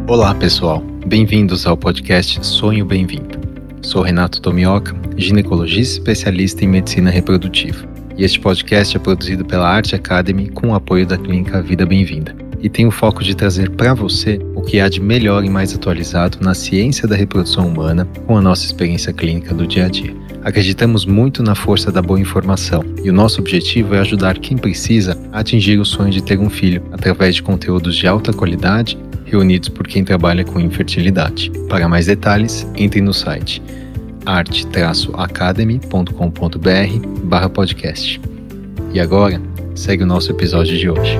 Olá pessoal, bem-vindos ao podcast Sonho Bem-vindo. Sou Renato Tomioka, ginecologista especialista em medicina reprodutiva. E este podcast é produzido pela Arte Academy com o apoio da Clínica Vida Bem-vinda. E tem o foco de trazer para você o que há de melhor e mais atualizado na ciência da reprodução humana com a nossa experiência clínica do dia a dia. Acreditamos muito na força da boa informação e o nosso objetivo é ajudar quem precisa a atingir o sonho de ter um filho através de conteúdos de alta qualidade reunidos por quem trabalha com infertilidade. Para mais detalhes, entre no site arte-academy.com.br/podcast. E agora, segue o nosso episódio de hoje.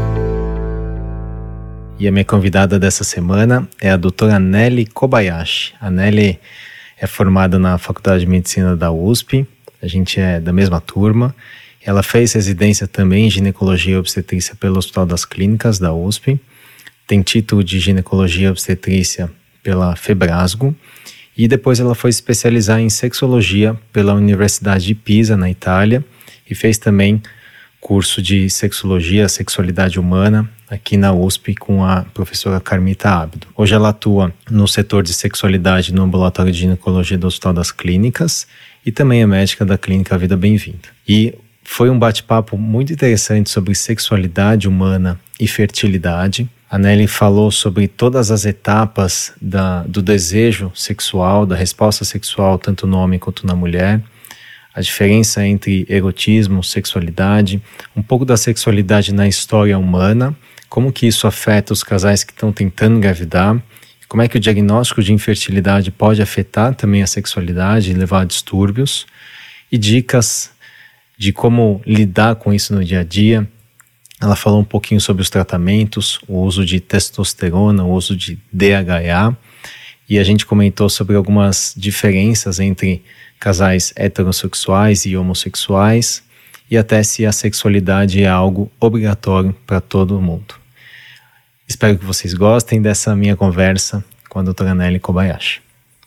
E a minha convidada dessa semana é a doutora Nelly Kobayashi. A Nelly é formada na Faculdade de Medicina da USP, a gente é da mesma turma. Ela fez residência também em ginecologia e obstetrícia pelo Hospital das Clínicas da USP, tem título de ginecologia e obstetrícia pela Febrasgo e depois ela foi especializar em sexologia pela Universidade de Pisa, na Itália, e fez também curso de sexologia, sexualidade humana aqui na USP com a professora Carmita Abdo. Hoje ela atua no setor de sexualidade no ambulatório de ginecologia do Hospital das Clínicas e também é médica da Clínica Vida Bem-vinda. E foi um bate-papo muito interessante sobre sexualidade humana e fertilidade. A Nelly falou sobre todas as etapas do desejo sexual, da resposta sexual, tanto no homem quanto na mulher, a diferença entre erotismo, sexualidade, um pouco da sexualidade na história humana, como que isso afeta os casais que estão tentando engravidar, como é que o diagnóstico de infertilidade pode afetar também a sexualidade e levar a distúrbios, e dicas de como lidar com isso no dia a dia. Ela falou um pouquinho sobre os tratamentos, o uso de testosterona, o uso de DHA, e a gente comentou sobre algumas diferenças entre casais heterossexuais e homossexuais, e até se a sexualidade é algo obrigatório para todo mundo. Espero que vocês gostem dessa minha conversa com a doutora Nelly Kobayashi.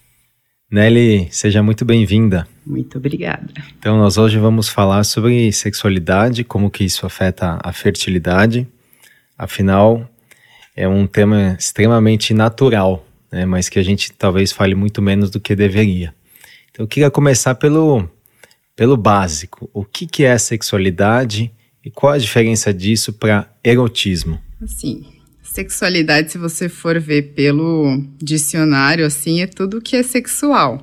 Nelly, seja muito bem-vinda. Muito obrigada. Então, nós hoje vamos falar sobre sexualidade, como que isso afeta a fertilidade. Afinal, é um tema extremamente natural, né? Mas que a gente talvez fale muito menos do que deveria. Então, eu queria começar pelo básico. O que é sexualidade e qual a diferença disso para erotismo? Assim, sexualidade, se você for ver pelo dicionário, assim, é tudo que é sexual.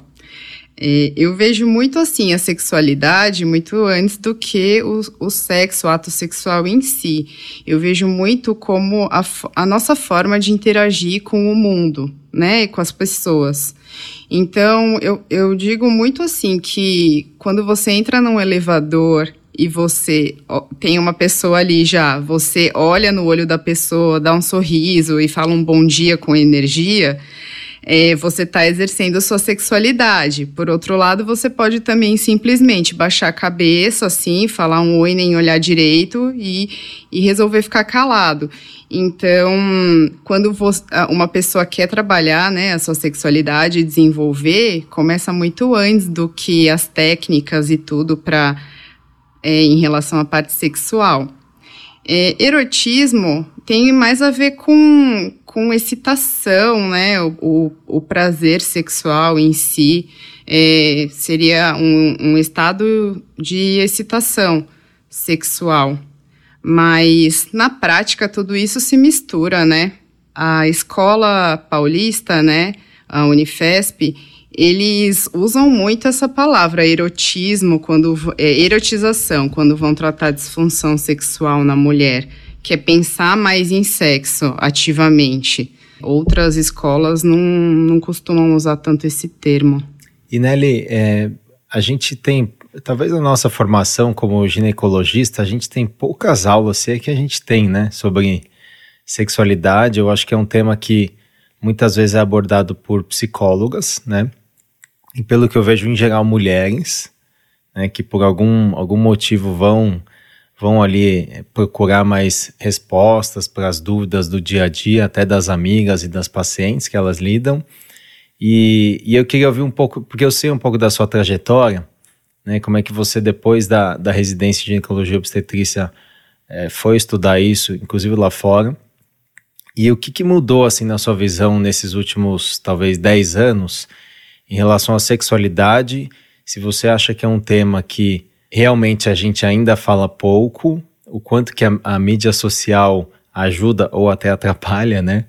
Eu vejo muito assim a sexualidade muito antes do que o sexo, o ato sexual em si. Eu vejo muito como a nossa forma de interagir com o mundo, né, e com as pessoas. Então, eu digo muito assim que quando você entra num elevador e você tem uma pessoa ali já, você olha no olho da pessoa, dá um sorriso e fala um bom dia com energia, você está exercendo a sua sexualidade. Por outro lado, você pode também simplesmente baixar a cabeça, assim, falar um oi, nem olhar direito e resolver ficar calado. Então, quando uma pessoa quer trabalhar, né, a sua sexualidade e desenvolver, começa muito antes do que as técnicas e tudo em relação à parte sexual. Erotismo tem mais a ver com excitação, né? O prazer sexual em si seria um estado de excitação sexual. Mas, na prática, tudo isso se mistura, né? A Escola Paulista, né, a Unifesp, eles usam muito essa palavra erotismo, erotização, quando vão tratar disfunção sexual na mulher, que é pensar mais em sexo ativamente. Outras escolas não costumam usar tanto esse termo. E Nelly, a gente tem, talvez na nossa formação como ginecologista, a gente tem poucas aulas, se é que a gente tem, né, sobre sexualidade. Eu acho que é um tema que muitas vezes é abordado por psicólogas, né, e pelo que eu vejo em geral mulheres, né, que por algum motivo vão ali procurar mais respostas para as dúvidas do dia a dia, até das amigas e das pacientes que elas lidam. E eu queria ouvir um pouco, porque eu sei um pouco da sua trajetória, né, como é que você, depois da residência de ginecologia e obstetrícia, foi estudar isso, inclusive lá fora. E o que mudou assim na sua visão nesses últimos, talvez, 10 anos em relação à sexualidade? Se você acha que é um tema que realmente a gente ainda fala pouco, o quanto que a mídia social ajuda ou até atrapalha, né,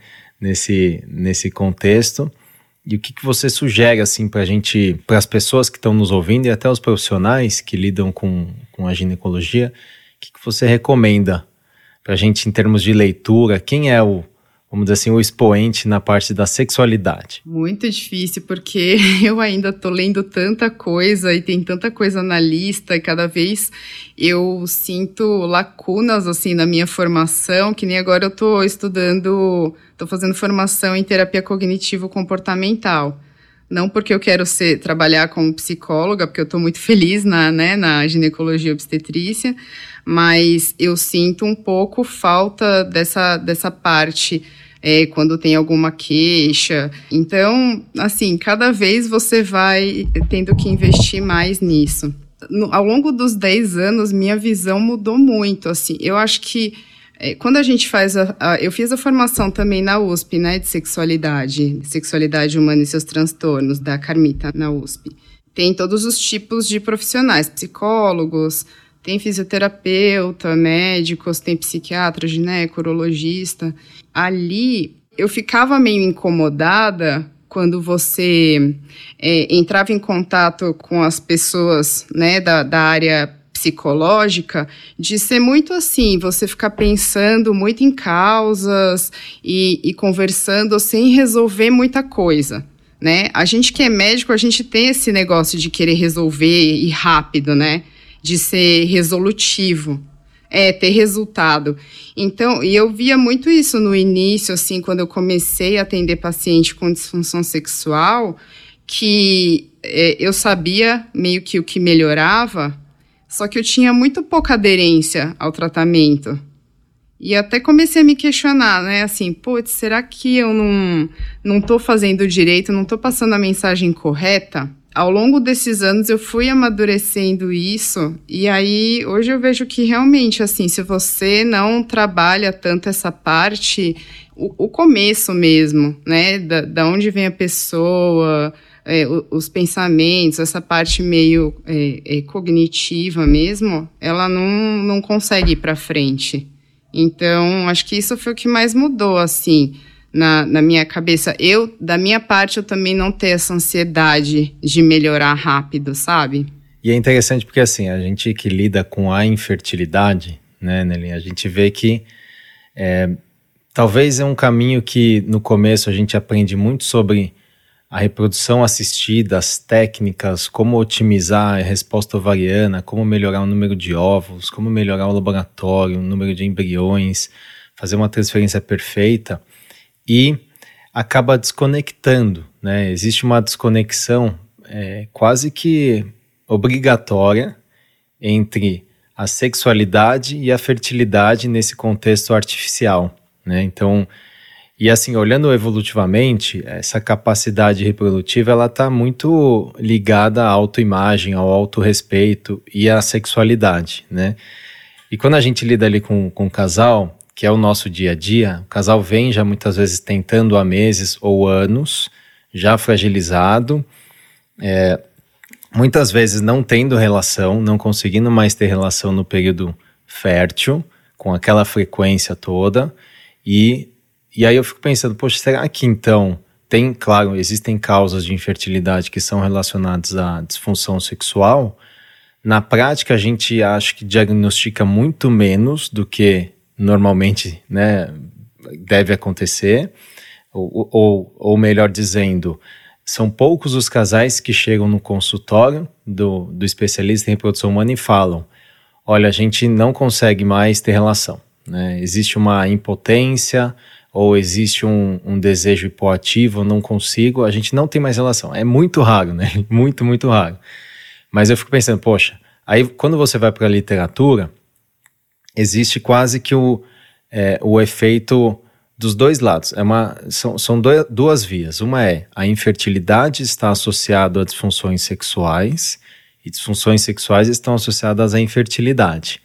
nesse contexto. E o que você sugere assim, para as pessoas que estão nos ouvindo e até os profissionais que lidam com a ginecologia, o que você recomenda para a gente em termos de leitura? Quem é vamos dizer assim, o expoente na parte da sexualidade? Muito difícil, porque eu ainda tô lendo tanta coisa e tem tanta coisa na lista e cada vez eu sinto lacunas, assim, na minha formação, que nem agora eu tô fazendo formação em terapia cognitivo-comportamental. Não porque eu quero trabalhar como psicóloga, porque eu tô muito feliz na ginecologia obstetrícia, mas eu sinto um pouco falta dessa parte quando tem alguma queixa. Então, assim, cada vez você vai tendo que investir mais nisso. Ao longo dos 10 anos, minha visão mudou muito, assim. Eu acho que quando a gente faz eu fiz a formação também na USP, né, de sexualidade humana e seus transtornos, da Carmita, na USP. Tem todos os tipos de profissionais, psicólogos, tem fisioterapeuta, médicos, tem psiquiatra, gineco, urologista. Ali, eu ficava meio incomodada quando você entrava em contato com as pessoas, né, da área psicológica, de ser muito assim, você ficar pensando muito em causas e conversando sem resolver muita coisa, né? A gente que é médico, a gente tem esse negócio de querer resolver e rápido, né? De ser resolutivo, ter resultado. Então, e eu via muito isso no início, assim, quando eu comecei a atender paciente com disfunção sexual, que eu sabia meio que o que melhorava, só que eu tinha muito pouca aderência ao tratamento. E até comecei a me questionar, né, assim, putz, será que eu não tô fazendo direito, não tô passando a mensagem correta? Ao longo desses anos eu fui amadurecendo isso, e aí hoje eu vejo que realmente, assim, se você não trabalha tanto essa parte, o começo mesmo, né, da onde vem a pessoa, os pensamentos, essa parte meio cognitiva mesmo, ela não consegue ir para frente. Então, acho que isso foi o que mais mudou, assim, na minha cabeça. Da minha parte, eu também não ter essa ansiedade de melhorar rápido, sabe? E é interessante porque, assim, a gente que lida com a infertilidade, né, Nelly, a gente vê que talvez é um caminho que, no começo, a gente aprende muito sobre a reprodução assistida, as técnicas, como otimizar a resposta ovariana, como melhorar o número de óvulos, como melhorar o laboratório, o número de embriões, fazer uma transferência perfeita, e acaba desconectando, né? Existe uma desconexão quase que obrigatória entre a sexualidade e a fertilidade nesse contexto artificial, né? Então, e assim, olhando evolutivamente, essa capacidade reprodutiva, ela está muito ligada à autoimagem, ao autorrespeito e à sexualidade, né? E quando a gente lida ali com o casal, que é o nosso dia a dia, o casal vem já muitas vezes tentando há meses ou anos, já fragilizado, muitas vezes não tendo relação, não conseguindo mais ter relação no período fértil, com aquela frequência toda, e aí eu fico pensando, poxa, será que então claro, existem causas de infertilidade que são relacionadas à disfunção sexual? Na prática, a gente acha que diagnostica muito menos do que normalmente, né, deve acontecer, ou melhor dizendo, são poucos os casais que chegam no consultório do especialista em reprodução humana e falam, olha, a gente não consegue mais ter relação, né? Existe uma impotência, ou existe um desejo hipoativo, eu não consigo, a gente não tem mais relação. É muito raro, né? Muito, muito raro. Mas eu fico pensando, poxa, aí quando você vai para a literatura, existe quase que o efeito dos dois lados. São duas vias. Uma a infertilidade está associada a disfunções sexuais, e disfunções sexuais estão associadas à infertilidade.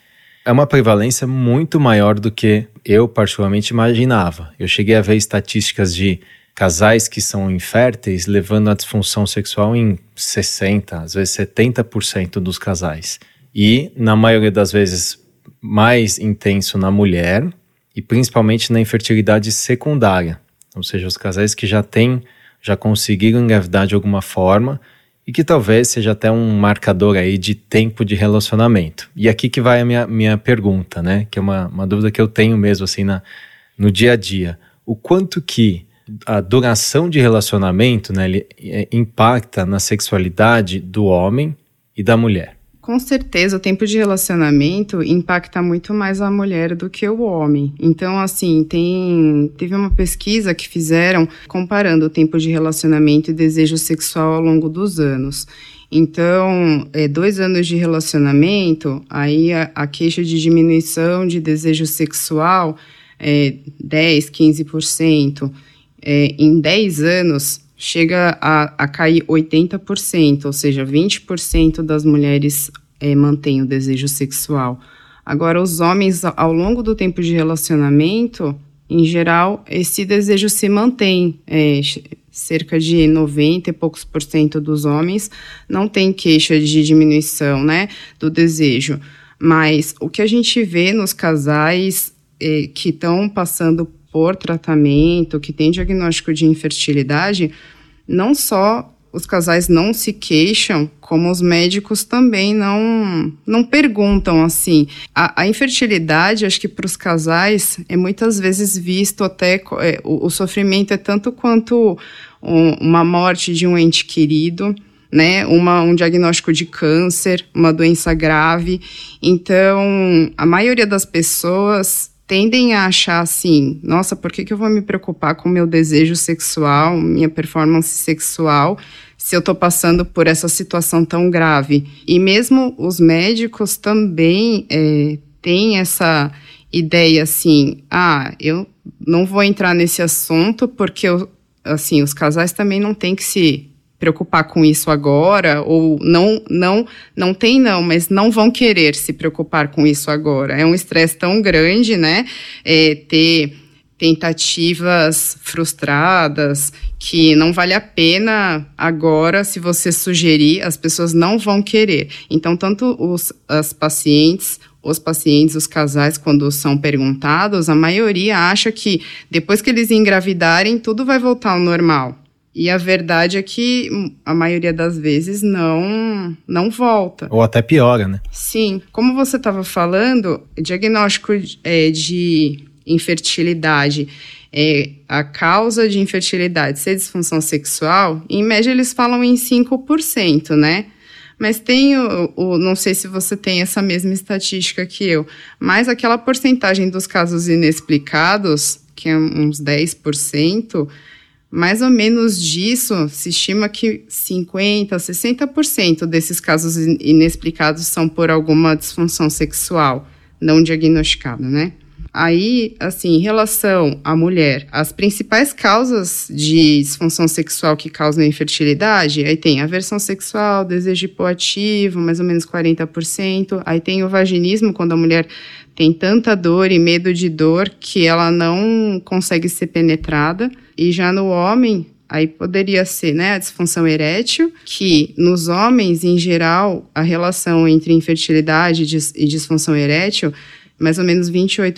É uma prevalência muito maior do que eu particularmente imaginava. Eu cheguei a ver estatísticas de casais que são inférteis levando a disfunção sexual em 60%, às vezes 70% dos casais. E, na maioria das vezes, mais intenso na mulher e principalmente na infertilidade secundária. Ou seja, os casais que já conseguiram engravidar de alguma forma e que talvez seja até um marcador aí de tempo de relacionamento. E aqui que vai a minha pergunta, né? Que é uma dúvida que eu tenho mesmo assim no dia a dia. O quanto que a duração de relacionamento, né, ele impacta na sexualidade do homem e da mulher? Com certeza, o tempo de relacionamento impacta muito mais a mulher do que o homem. Então, assim, teve uma pesquisa que fizeram comparando o tempo de relacionamento e desejo sexual ao longo dos anos. Então, 2 anos de relacionamento, aí a queixa de diminuição de desejo sexual é 10%, 15%. Em 10 anos, chega a cair 80%, ou seja, 20% das mulheres mantêm o desejo sexual. Agora, os homens, ao longo do tempo de relacionamento, em geral, esse desejo se mantém. Cerca de 90 e poucos por cento dos homens não tem queixa de diminuição, né, do desejo. Mas o que a gente vê nos casais que estão passando por tratamento, que tem diagnóstico de infertilidade, não só os casais não se queixam, como os médicos também não perguntam, assim. A infertilidade, acho que para os casais, é muitas vezes visto até, o sofrimento é tanto quanto uma morte de um ente querido, né, um diagnóstico de câncer, uma doença grave. Então, a maioria das pessoas tendem a achar assim, nossa, por que eu vou me preocupar com o meu desejo sexual, minha performance sexual, se eu estou passando por essa situação tão grave? E mesmo os médicos também têm essa ideia assim, eu não vou entrar nesse assunto porque, assim, os casais também não têm que se preocupar com isso agora, ou mas não vão querer se preocupar com isso agora. É um estresse tão grande, né? Ter tentativas frustradas, que não vale a pena agora, se você sugerir, as pessoas não vão querer. Então, tanto os pacientes, os casais, quando são perguntados, a maioria acha que depois que eles engravidarem, tudo vai voltar ao normal. E a verdade é que a maioria das vezes não volta. Ou até piora, né? Sim. Como você estava falando, diagnóstico de infertilidade, a causa de infertilidade ser disfunção sexual, em média eles falam em 5%, né? Mas tem não sei se você tem essa mesma estatística que eu, mas aquela porcentagem dos casos inexplicados, que é uns 10%, mais ou menos disso, se estima que 50%, 60% desses casos inexplicados são por alguma disfunção sexual não diagnosticada, né? Aí, assim, em relação à mulher, as principais causas de disfunção sexual que causam infertilidade, aí tem aversão sexual, desejo hipoativo, mais ou menos 40%, aí tem o vaginismo, quando a mulher tem tanta dor e medo de dor que ela não consegue ser penetrada. E já no homem, aí poderia ser, né, a disfunção erétil, que nos homens, em geral, a relação entre infertilidade e disfunção erétil, mais ou menos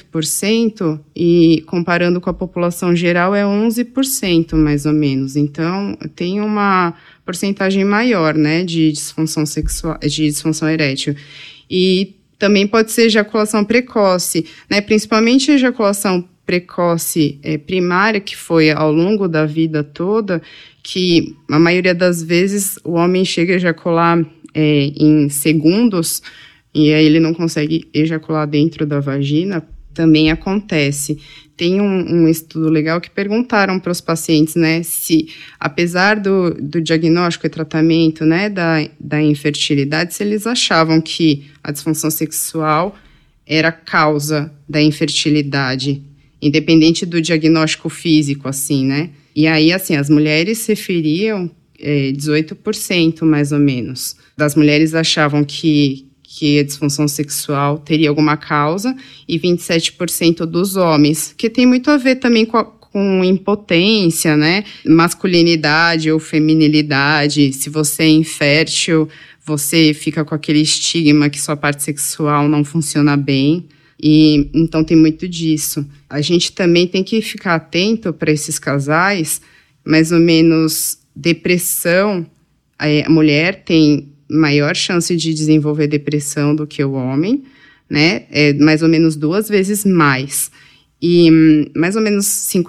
28%, e comparando com a população geral é 11%, mais ou menos. Então, tem uma porcentagem maior, né, de disfunção sexual, de disfunção erétil. E também pode ser ejaculação precoce, né, principalmente a ejaculação precoce primária, que foi ao longo da vida toda, que a maioria das vezes o homem chega a ejacular em segundos, e aí ele não consegue ejacular dentro da vagina, também acontece. Tem um estudo legal que perguntaram para os pacientes, né, se, apesar do diagnóstico e tratamento, né, da infertilidade, se eles achavam que a disfunção sexual era causa da infertilidade, independente do diagnóstico físico, assim, né? E aí, assim, as mulheres referiam 18%, mais ou menos, das mulheres achavam que que a disfunção sexual teria alguma causa, e 27% dos homens, que tem muito a ver também com impotência, né? Masculinidade ou feminilidade. Se você é infértil, você fica com aquele estigma que sua parte sexual não funciona bem. E então tem muito disso. A gente também tem que ficar atento para esses casais, mais ou menos depressão. A mulher tem maior chance de desenvolver depressão do que o homem, né? É mais ou menos 2 vezes mais. E mais ou menos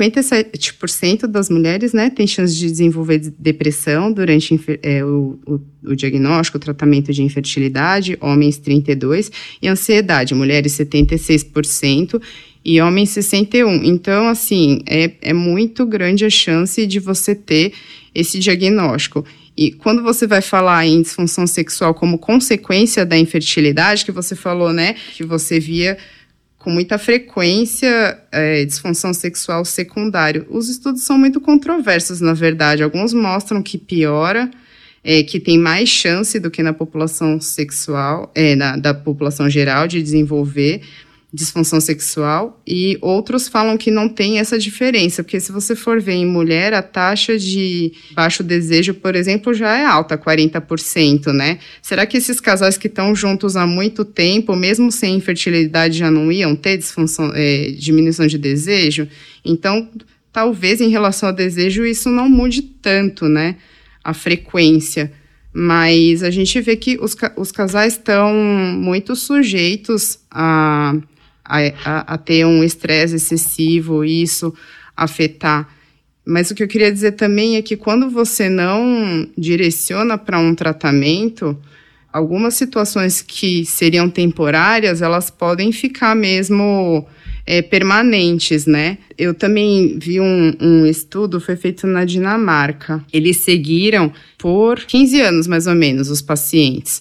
57% das mulheres, né, tem chance de desenvolver depressão durante o diagnóstico, o tratamento de infertilidade, homens 32%, e ansiedade, mulheres 76% e homens 61%. Então, assim, é muito grande a chance de você ter esse diagnóstico. E quando você vai falar em disfunção sexual como consequência da infertilidade, que você falou, né, que você via com muita frequência disfunção sexual secundária. Os estudos são muito controversos, na verdade. Alguns mostram que piora, que tem mais chance do que na população sexual, da população geral de desenvolver disfunção sexual, e outros falam que não tem essa diferença, porque se você for ver em mulher, a taxa de baixo desejo, por exemplo, já é alta, 40%, né? Será que esses casais que estão juntos há muito tempo, mesmo sem infertilidade, já não iam ter diminuição de desejo? Então, talvez em relação ao desejo isso não mude tanto, né? A frequência. Mas a gente vê que os casais estão muito sujeitos a ter um estresse excessivo e isso afetar. Mas o que eu queria dizer também é que quando você não direciona para um tratamento, algumas situações que seriam temporárias, elas podem ficar mesmo permanentes, né? Eu também vi um estudo, foi feito na Dinamarca. Eles seguiram por 15 anos, mais ou menos, os pacientes.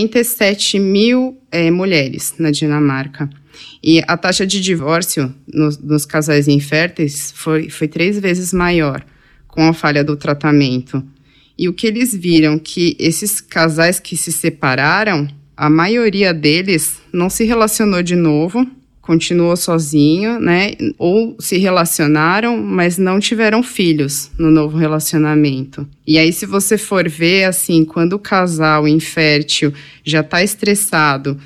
47 mil mulheres na Dinamarca. E a taxa de divórcio nos casais inférteis foi 3 vezes maior com a falha do tratamento. E o que eles viram, que esses casais que se separaram, a maioria deles não se relacionou de novo, continuou sozinho, né? Ou se relacionaram, mas não tiveram filhos no novo relacionamento. E aí, se você for ver, assim, quando o casal infértil já está estressado,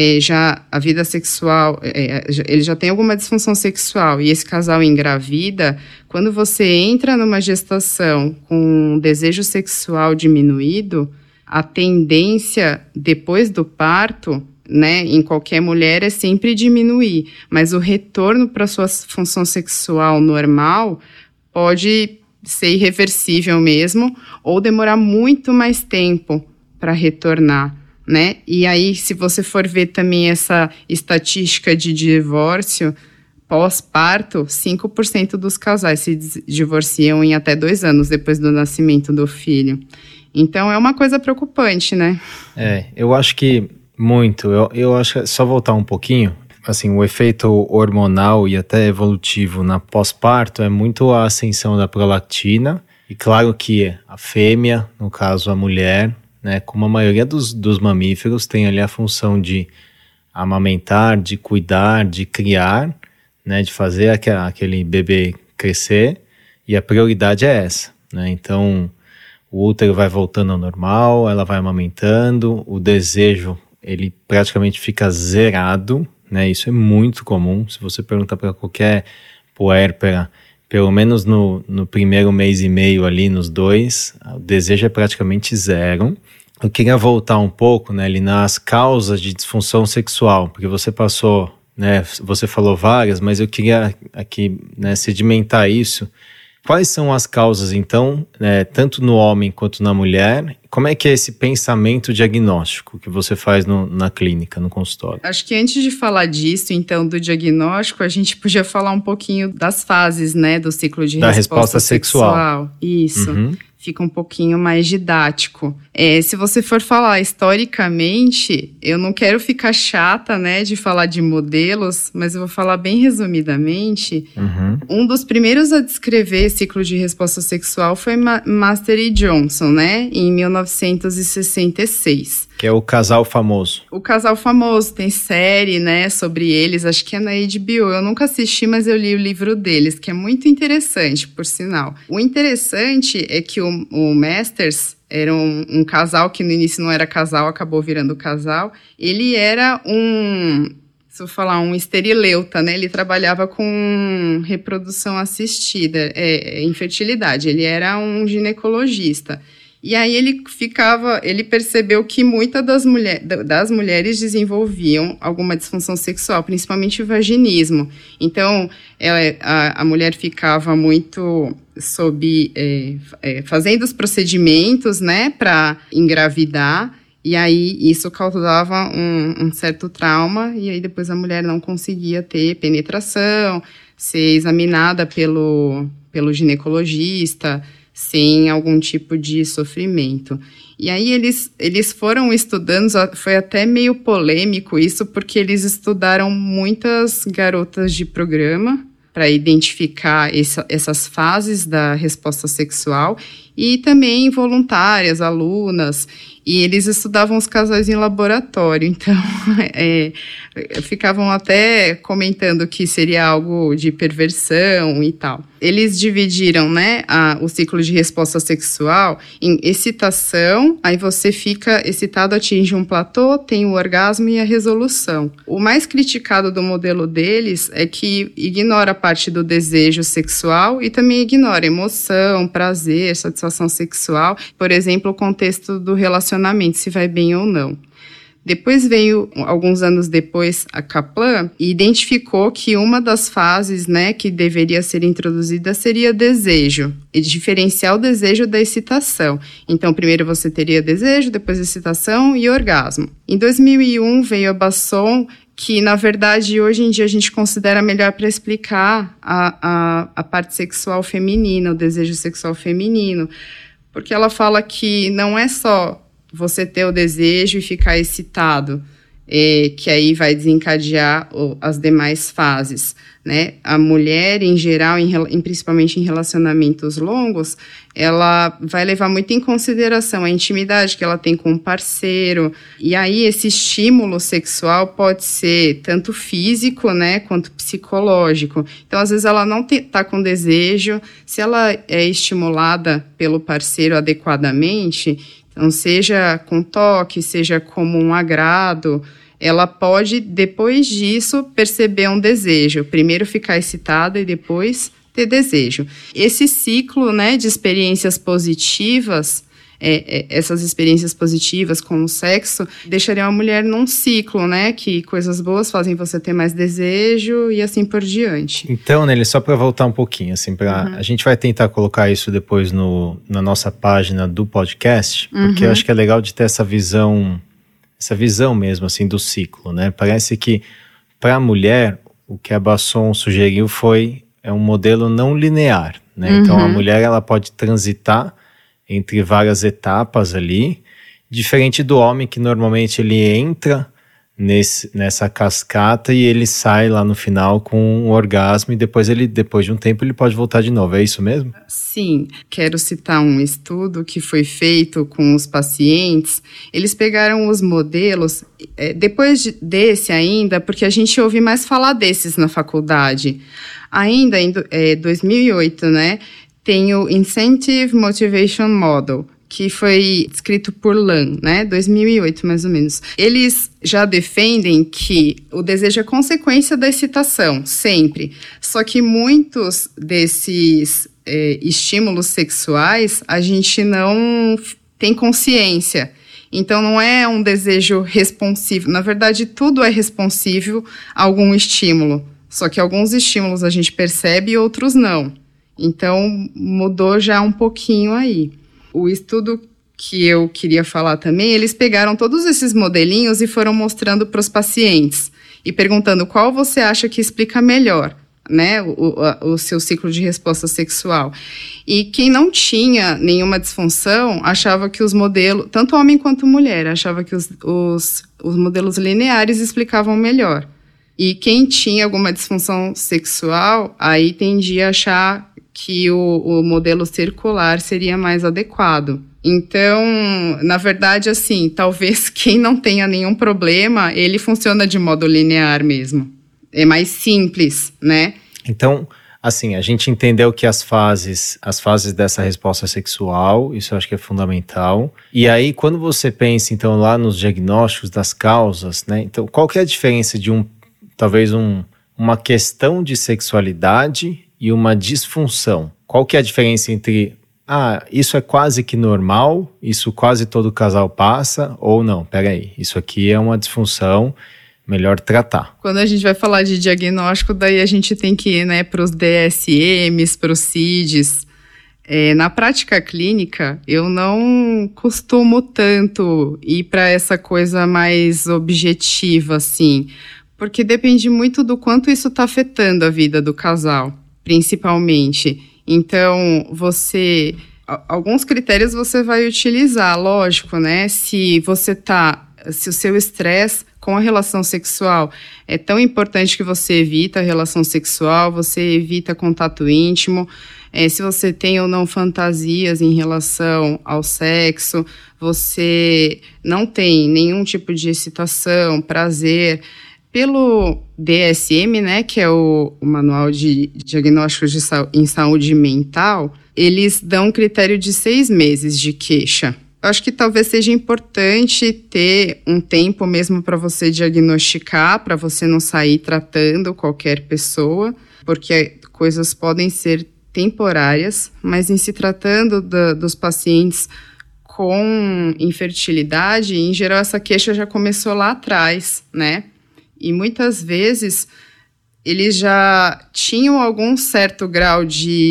já a vida sexual, ele já tem alguma disfunção sexual e esse casal engravida, quando você entra numa gestação com um desejo sexual diminuído, a tendência depois do parto, né, em qualquer mulher é sempre diminuir, mas o retorno para sua função sexual normal pode ser irreversível mesmo ou demorar muito mais tempo para retornar. Né? E aí, se você for ver também essa estatística de divórcio pós-parto, 5% dos casais se divorciam em até 2 anos depois do nascimento do filho. Então, é uma coisa preocupante, né? Eu acho que muito. Eu acho que só voltar um pouquinho, assim, o efeito hormonal e até evolutivo na pós-parto é muito a ascensão da prolactina. E claro que a fêmea, no caso a mulher, né, como a maioria dos mamíferos, tem ali a função de amamentar, de cuidar, de criar, né, de fazer aquele bebê crescer, e a prioridade é essa, né? Então, o útero vai voltando ao normal, ela vai amamentando, o desejo, ele praticamente fica zerado, né? Isso é muito comum. Se você perguntar para qualquer puérpera, pelo menos no primeiro mês e meio ali, nos 2, o desejo é praticamente zero. Eu queria voltar um pouco, né, ali nas causas de disfunção sexual, porque você passou, né, você falou várias, mas eu queria aqui, né, sedimentar isso. Quais são as causas, então, né, tanto no homem quanto na mulher? Como é que é esse pensamento diagnóstico que você faz na clínica, no consultório? Acho que antes de falar disso, então, do diagnóstico, a gente podia falar um pouquinho das fases, né, do ciclo de resposta sexual. Isso. Uhum. Fica um pouquinho mais didático. Se você for falar historicamente, eu não quero ficar chata, né, de falar de modelos, mas eu vou falar bem resumidamente. Uhum. Um dos primeiros a descrever ciclo de resposta sexual foi Master e Johnson, né, em 1966. Que é o Casal Famoso. O Casal Famoso, tem série, né, sobre eles, acho que é na HBO. Eu nunca assisti, mas eu li o livro deles, que é muito interessante, por sinal. O interessante é que o Masters era um casal que no início não era casal, acabou virando casal. Ele era um esterileuta, né? Ele trabalhava com reprodução assistida, infertilidade. Ele era um ginecologista. E aí ele percebeu que muitas das mulheres desenvolviam alguma disfunção sexual, principalmente o vaginismo. Então, a mulher ficava muito fazendo os procedimentos, né, para engravidar. E aí, isso causava um certo trauma, e aí depois a mulher não conseguia ter penetração, ser examinada pelo ginecologista, sem algum tipo de sofrimento. E aí eles foram estudando, foi até meio polêmico isso, porque eles estudaram muitas garotas de programa para identificar essas fases da resposta sexual, e também voluntárias, alunas, e eles estudavam os casais em laboratório, então ficavam até comentando que seria algo de perversão e tal. Eles dividiram, né, o ciclo de resposta sexual em excitação, aí você fica excitado, atinge um platô, tem o orgasmo e a resolução. O mais criticado do modelo deles é que ignora a parte do desejo sexual e também ignora emoção, prazer, satisfação sexual, por exemplo, o contexto do relacionamento, se vai bem ou não. Depois veio, alguns anos depois, a Kaplan e identificou que uma das fases, né, que deveria ser introduzida seria desejo, e diferenciar o desejo da excitação. Então, primeiro você teria desejo, depois excitação e orgasmo. Em 2001 veio a Basson, que, na verdade, hoje em dia a gente considera melhor para explicar a parte sexual feminina, o desejo sexual feminino, porque ela fala que não é só você ter o desejo e ficar excitado, que aí vai desencadear as demais fases, né? A mulher, em geral, principalmente em relacionamentos longos, ela vai levar muito em consideração a intimidade que ela tem com o parceiro, e aí esse estímulo sexual pode ser tanto físico, né, quanto psicológico. Então, às vezes, ela não está com desejo, se ela é estimulada pelo parceiro adequadamente, então, seja com toque, seja como um agrado, ela pode, depois disso, perceber um desejo. Primeiro ficar excitada e depois ter desejo. Esse ciclo, né, de experiências positivas, essas experiências positivas com o sexo, deixariam a mulher num ciclo, né, que coisas boas fazem você ter mais desejo e assim por diante. Então, Nelly, só para voltar um pouquinho, assim, a gente vai tentar colocar isso depois na nossa página do podcast, porque eu acho que é legal de ter essa visão mesmo, assim, do ciclo, né? Parece que para a mulher, o que a Basson sugeriu é um modelo não linear, né? Então, a mulher, ela pode transitar entre várias etapas ali, diferente do homem, que normalmente ele entra nessa cascata e ele sai lá no final com um orgasmo, e depois de um tempo ele pode voltar de novo, é isso mesmo? Sim, quero citar um estudo que foi feito com os pacientes. Eles pegaram os modelos, depois desse ainda, porque a gente ouve mais falar desses na faculdade, ainda em 2008, né, tem o Incentive Motivation Model, que foi escrito por Lam, né, 2008 mais ou menos. Eles já defendem que o desejo é consequência da excitação, sempre. Só que muitos desses estímulos sexuais a gente não tem consciência. Então não é um desejo responsivo. Na verdade, tudo é responsível a algum estímulo. Só que alguns estímulos a gente percebe e outros não. Então mudou já um pouquinho aí. O estudo que eu queria falar também, eles pegaram todos esses modelinhos e foram mostrando para os pacientes e perguntando qual você acha que explica melhor, né, o seu ciclo de resposta sexual. E quem não tinha nenhuma disfunção achava que os modelos, tanto homem quanto mulher, achava que os modelos lineares explicavam melhor. E quem tinha alguma disfunção sexual, aí tendia a achar que o modelo circular seria mais adequado. Então, na verdade, assim, talvez quem não tenha nenhum problema, ele funciona de modo linear mesmo. É mais simples, né? Então, assim, a gente entendeu que as fases dessa resposta sexual, isso eu acho que é fundamental. E aí, quando você pensa, então, lá nos diagnósticos das causas, né? Então, qual que é a diferença de uma questão de sexualidade e uma disfunção? Qual que é a diferença entre, isso é quase que normal, isso quase todo casal passa, ou não, peraí, isso aqui é uma disfunção, melhor tratar? Quando a gente vai falar de diagnóstico, daí a gente tem que ir, né, para os DSMs, para os CIDs. Na prática clínica, eu não costumo tanto ir para essa coisa mais objetiva, assim, porque depende muito do quanto isso está afetando a vida do casal, principalmente. Então, alguns critérios você vai utilizar, lógico, né? Se o seu estresse com a relação sexual é tão importante que você evita a relação sexual, você evita contato íntimo, se você tem ou não fantasias em relação ao sexo, você não tem nenhum tipo de excitação, prazer. Pelo DSM, né, que é o Manual de Diagnósticos em Saúde Mental, eles dão um critério de 6 meses de queixa. Eu acho que talvez seja importante ter um tempo mesmo para você diagnosticar, para você não sair tratando qualquer pessoa, porque coisas podem ser temporárias, mas em se tratando dos pacientes com infertilidade, em geral essa queixa já começou lá atrás, né? E muitas vezes eles já tinham algum certo grau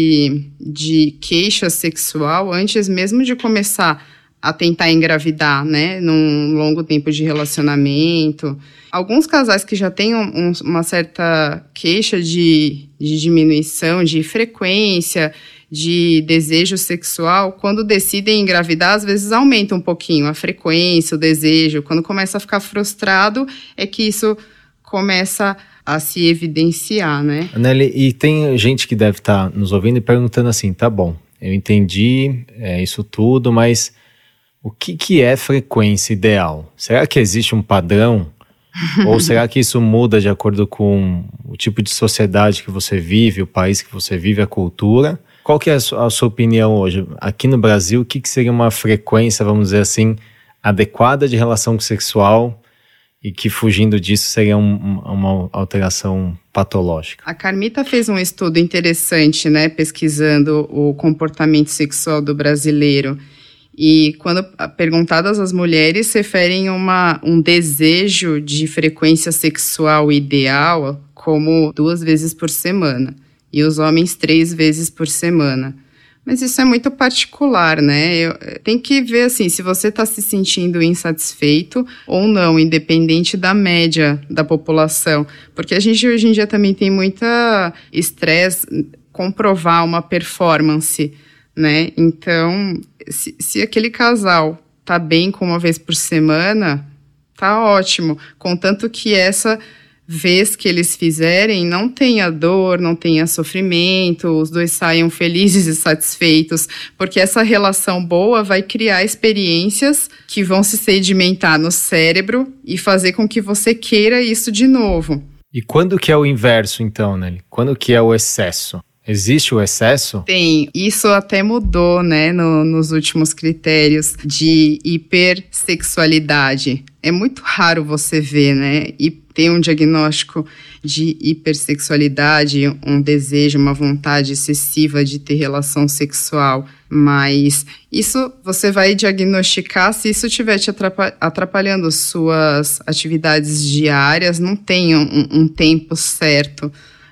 de queixa sexual antes mesmo de começar a tentar engravidar, né, num longo tempo de relacionamento. Alguns casais que já têm uma certa queixa de diminuição de frequência, de desejo sexual, quando decidem engravidar, às vezes aumenta um pouquinho a frequência, o desejo. Quando começa a ficar frustrado, é que isso começa a se evidenciar, né? Anneli, e tem gente que deve estar nos ouvindo e perguntando assim, tá bom, eu entendi isso tudo, mas o que é frequência ideal? Será que existe um padrão? Ou será que isso muda de acordo com o tipo de sociedade que você vive, o país que você vive, a cultura? Qual que é a sua opinião hoje? Aqui no Brasil, o que seria uma frequência, vamos dizer assim, adequada de relação sexual e que fugindo disso seria uma alteração patológica? A Carmita fez um estudo interessante, né, pesquisando o comportamento sexual do brasileiro. E quando perguntadas as mulheres, referem um desejo de frequência sexual ideal como 2 vezes por semana. E os homens 3 vezes por semana. Mas isso é muito particular, né? Tem que ver, assim, se você está se sentindo insatisfeito ou não, independente da média da população. Porque a gente, hoje em dia, também tem muita estresse comprovar uma performance, né? Então, se aquele casal tá bem com 1 vez por semana, tá ótimo. Contanto que essa vez que eles fizerem não tenha dor, não tenha sofrimento, os dois saiam felizes e satisfeitos, porque essa relação boa vai criar experiências que vão se sedimentar no cérebro e fazer com que você queira isso de novo. E quando que é o inverso, então, Nelly? Quando que é o excesso? Existe o excesso? Tem. Isso até mudou, né, nos últimos critérios de hipersexualidade. É muito raro você ver, né, e ter um diagnóstico de hipersexualidade, um desejo, uma vontade excessiva de ter relação sexual. Mas isso você vai diagnosticar se isso estiver te atrapalhando suas atividades diárias. Não tem um tempo certo,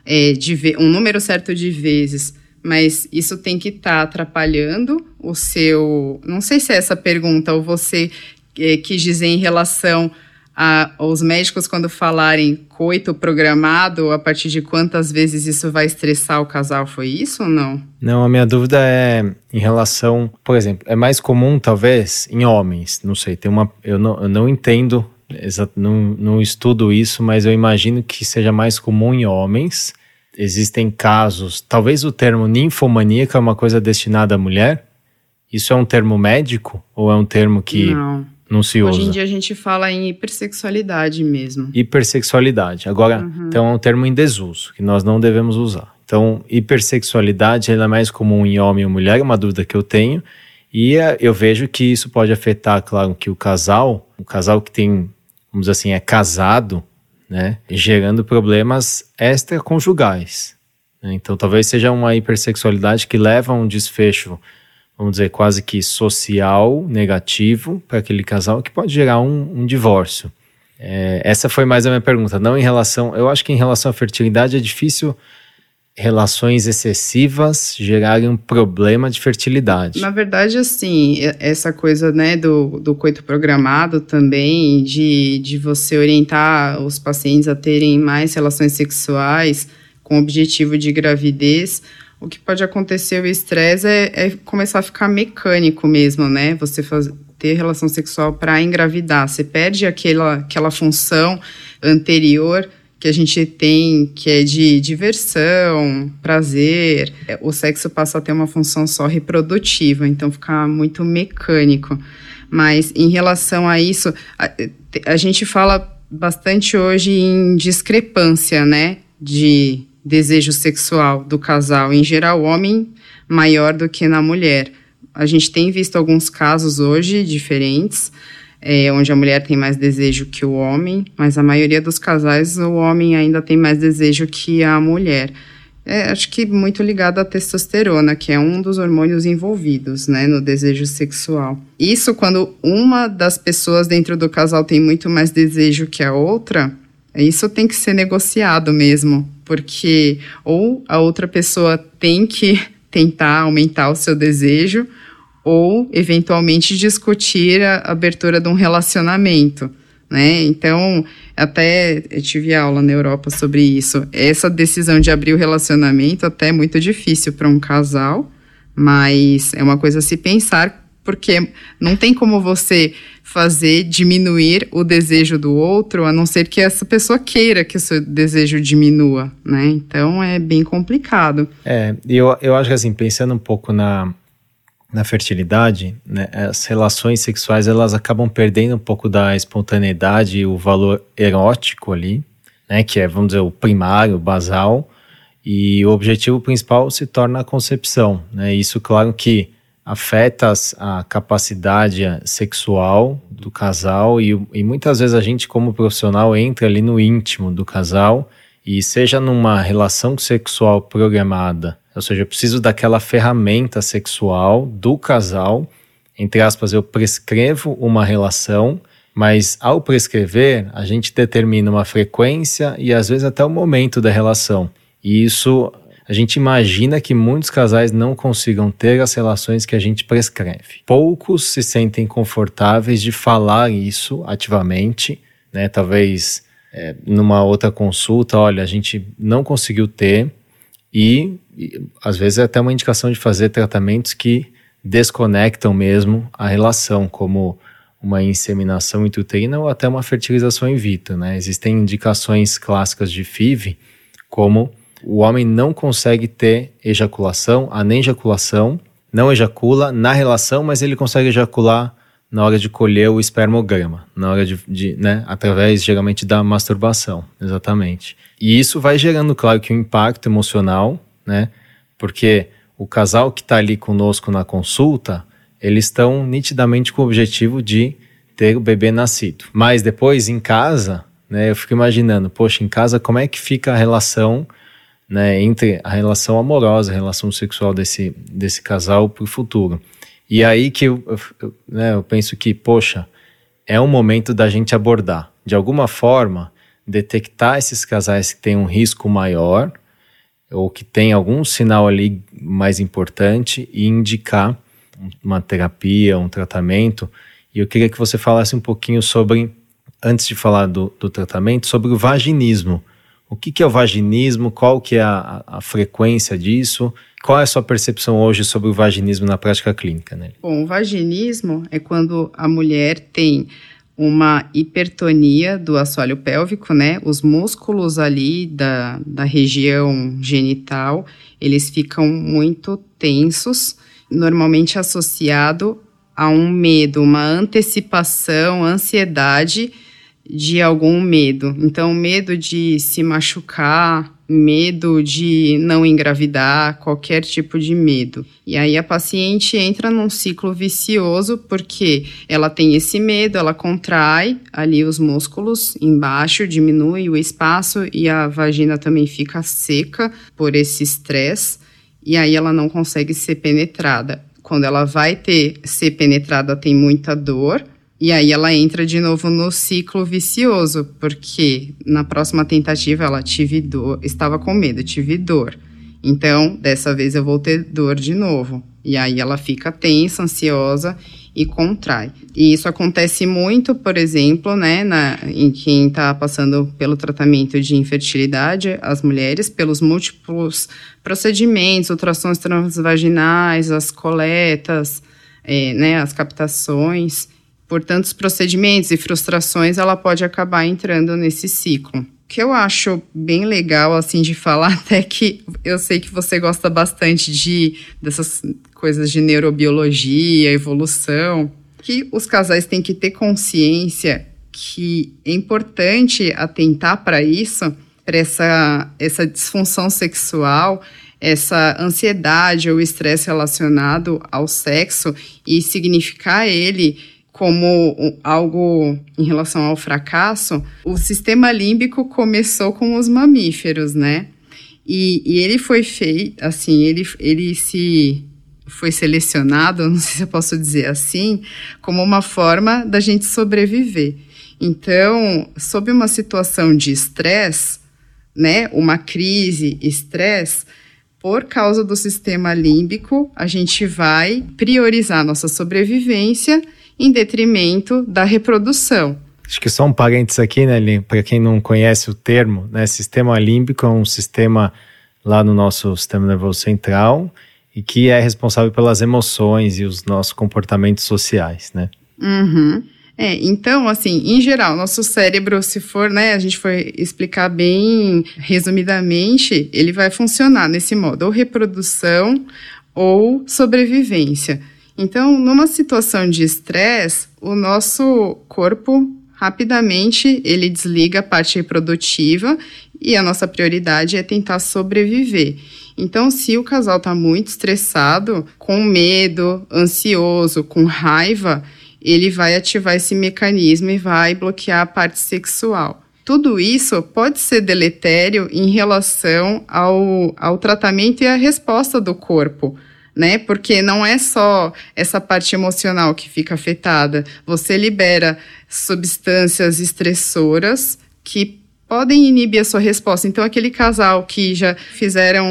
um número certo de vezes, mas isso tem que estar atrapalhando o seu... Não sei se é essa pergunta ou você quis dizer em relação aos médicos quando falarem coito programado, a partir de quantas vezes isso vai estressar o casal, foi isso ou não? Não, a minha dúvida é em relação, por exemplo, é mais comum talvez em homens, não sei, eu não entendo, não estudo isso, mas eu imagino que seja mais comum em homens existem casos, talvez o termo ninfomaníaca é uma coisa destinada à mulher? Isso é um termo médico ou é um termo que não se usa? Hoje em dia a gente fala em hipersexualidade mesmo. Hipersexualidade. Agora, então é um termo em desuso, que nós não devemos usar. Então, hipersexualidade ela é mais comum em homem ou mulher, é uma dúvida que eu tenho. E eu vejo que isso pode afetar, claro, que o casal que tem, vamos dizer assim, é casado, né, gerando problemas extraconjugais. Né? Então, talvez seja uma hipersexualidade que leva a um desfecho, vamos dizer, quase que social, negativo para aquele casal, que pode gerar um divórcio. Essa foi mais a minha pergunta. Não em relação, eu acho que em relação à fertilidade é difícil relações excessivas gerarem um problema de fertilidade. Na verdade, assim, essa coisa, né, do coito programado também, de você orientar os pacientes a terem mais relações sexuais com o objetivo de gravidez, o que pode acontecer, o estresse, é começar a ficar mecânico mesmo, né? Você ter relação sexual para engravidar. Você perde aquela função anterior que a gente tem, que é de diversão, prazer. O sexo passa a ter uma função só reprodutiva, então fica muito mecânico. Mas em relação a isso, a gente fala bastante hoje em discrepância, né, de desejo sexual do casal. Em geral, o homem maior do que na mulher. A gente tem visto alguns casos hoje diferentes, onde a mulher tem mais desejo que o homem, mas a maioria dos casais o homem ainda tem mais desejo que a mulher. Acho que muito ligado à testosterona, que é um dos hormônios envolvidos, né, no desejo sexual. Isso quando uma das pessoas dentro do casal tem muito mais desejo que a outra, isso tem que ser negociado mesmo, porque ou a outra pessoa tem que tentar aumentar o seu desejo, ou, eventualmente, discutir a abertura de um relacionamento, né? Então, até eu tive aula na Europa sobre isso. Essa decisão de abrir o relacionamento até é muito difícil para um casal, mas é uma coisa a se pensar, porque não tem como você fazer diminuir o desejo do outro, a não ser que essa pessoa queira que o seu desejo diminua, né? Então, é bem complicado. Eu acho que, assim, pensando um pouco na fertilidade, né, as relações sexuais elas acabam perdendo um pouco da espontaneidade e o valor erótico ali, né, que é, vamos dizer, o primário, o basal, e o objetivo principal se torna a concepção, né, isso claro que afeta a capacidade sexual do casal e muitas vezes a gente como profissional entra ali no íntimo do casal e seja numa relação sexual programada, ou seja, eu preciso daquela ferramenta sexual do casal, entre aspas, eu prescrevo uma relação, mas ao prescrever, a gente determina uma frequência e às vezes até o momento da relação. E isso, a gente imagina que muitos casais não consigam ter as relações que a gente prescreve. Poucos se sentem confortáveis de falar isso ativamente, né? Talvez numa outra consulta, olha, a gente não conseguiu ter, e às vezes é até uma indicação de fazer tratamentos que desconectam mesmo a relação, como uma inseminação intrauterina ou até uma fertilização in vitro, né? Existem indicações clássicas de FIV, como o homem não consegue ter ejaculação, anejaculação, não ejacula na relação, mas ele consegue ejacular na hora de colher o espermograma, na hora né, através geralmente da masturbação, exatamente. E isso vai gerando, claro, que um impacto emocional, né, porque o casal que está ali conosco na consulta, eles estão nitidamente com o objetivo de ter o bebê nascido. Mas depois, em casa, né, eu fico imaginando, poxa, em casa como é que fica a relação, né, entre a relação amorosa, a relação sexual desse casal para o futuro. E aí que eu penso que, poxa, é um momento da gente abordar, de alguma forma, detectar esses casais que têm um risco maior ou que tem algum sinal ali mais importante e indicar uma terapia, um tratamento. E eu queria que você falasse um pouquinho sobre, antes de falar do tratamento, sobre o vaginismo. O que é o vaginismo? Qual que é a frequência disso? Qual é a sua percepção hoje sobre o vaginismo na prática clínica, né? Bom, o vaginismo é quando a mulher tem uma hipertonia do assoalho pélvico, né? Os músculos ali da região genital, eles ficam muito tensos, normalmente associado a um medo, uma antecipação, ansiedade de algum medo. Então, medo de se machucar, medo de não engravidar, qualquer tipo de medo. E aí a paciente entra num ciclo vicioso porque ela tem esse medo, ela contrai ali os músculos embaixo, diminui o espaço e a vagina também fica seca por esse estresse e aí ela não consegue ser penetrada. Quando ela vai ser penetrada, tem muita dor. E aí ela entra de novo no ciclo vicioso, porque na próxima tentativa ela tive dor, estava com medo, tive dor. Então, dessa vez eu vou ter dor de novo. E aí ela fica tensa, ansiosa e contrai. E isso acontece muito, por exemplo, né, em quem está passando pelo tratamento de infertilidade, as mulheres, pelos múltiplos procedimentos, ultrassons transvaginais, as coletas, né, as captações. Por tantos procedimentos e frustrações, ela pode acabar entrando nesse ciclo. O que eu acho bem legal, assim, de falar, até que eu sei que você gosta bastante dessas coisas de neurobiologia, evolução, que os casais têm que ter consciência que é importante atentar para isso, para essa disfunção sexual, essa ansiedade ou estresse relacionado ao sexo e significar ele como algo em relação ao fracasso. O sistema límbico começou com os mamíferos, né? E ele foi feito, assim, ele foi selecionado, não sei se eu posso dizer assim, como uma forma da gente sobreviver. Então, sob uma situação de estresse, né, uma crise, estresse, por causa do sistema límbico, a gente vai priorizar a nossa sobrevivência em detrimento da reprodução. Acho que só um parênteses aqui, né, para quem não conhece o termo, né, sistema límbico é um sistema lá no nosso sistema nervoso central e que é responsável pelas emoções e os nossos comportamentos sociais, né? Uhum. Então, assim, em geral, nosso cérebro, se for, né, a gente for explicar bem resumidamente, ele vai funcionar nesse modo, ou reprodução ou sobrevivência. Então, numa situação de estresse, o nosso corpo, rapidamente, ele desliga a parte reprodutiva e a nossa prioridade é tentar sobreviver. Então, se o casal está muito estressado, com medo, ansioso, com raiva, ele vai ativar esse mecanismo e vai bloquear a parte sexual. Tudo isso pode ser deletério em relação ao tratamento e à resposta do corpo, né? Porque não é só essa parte emocional que fica afetada. Você libera substâncias estressoras que podem inibir a sua resposta. Então, aquele casal que já fizeram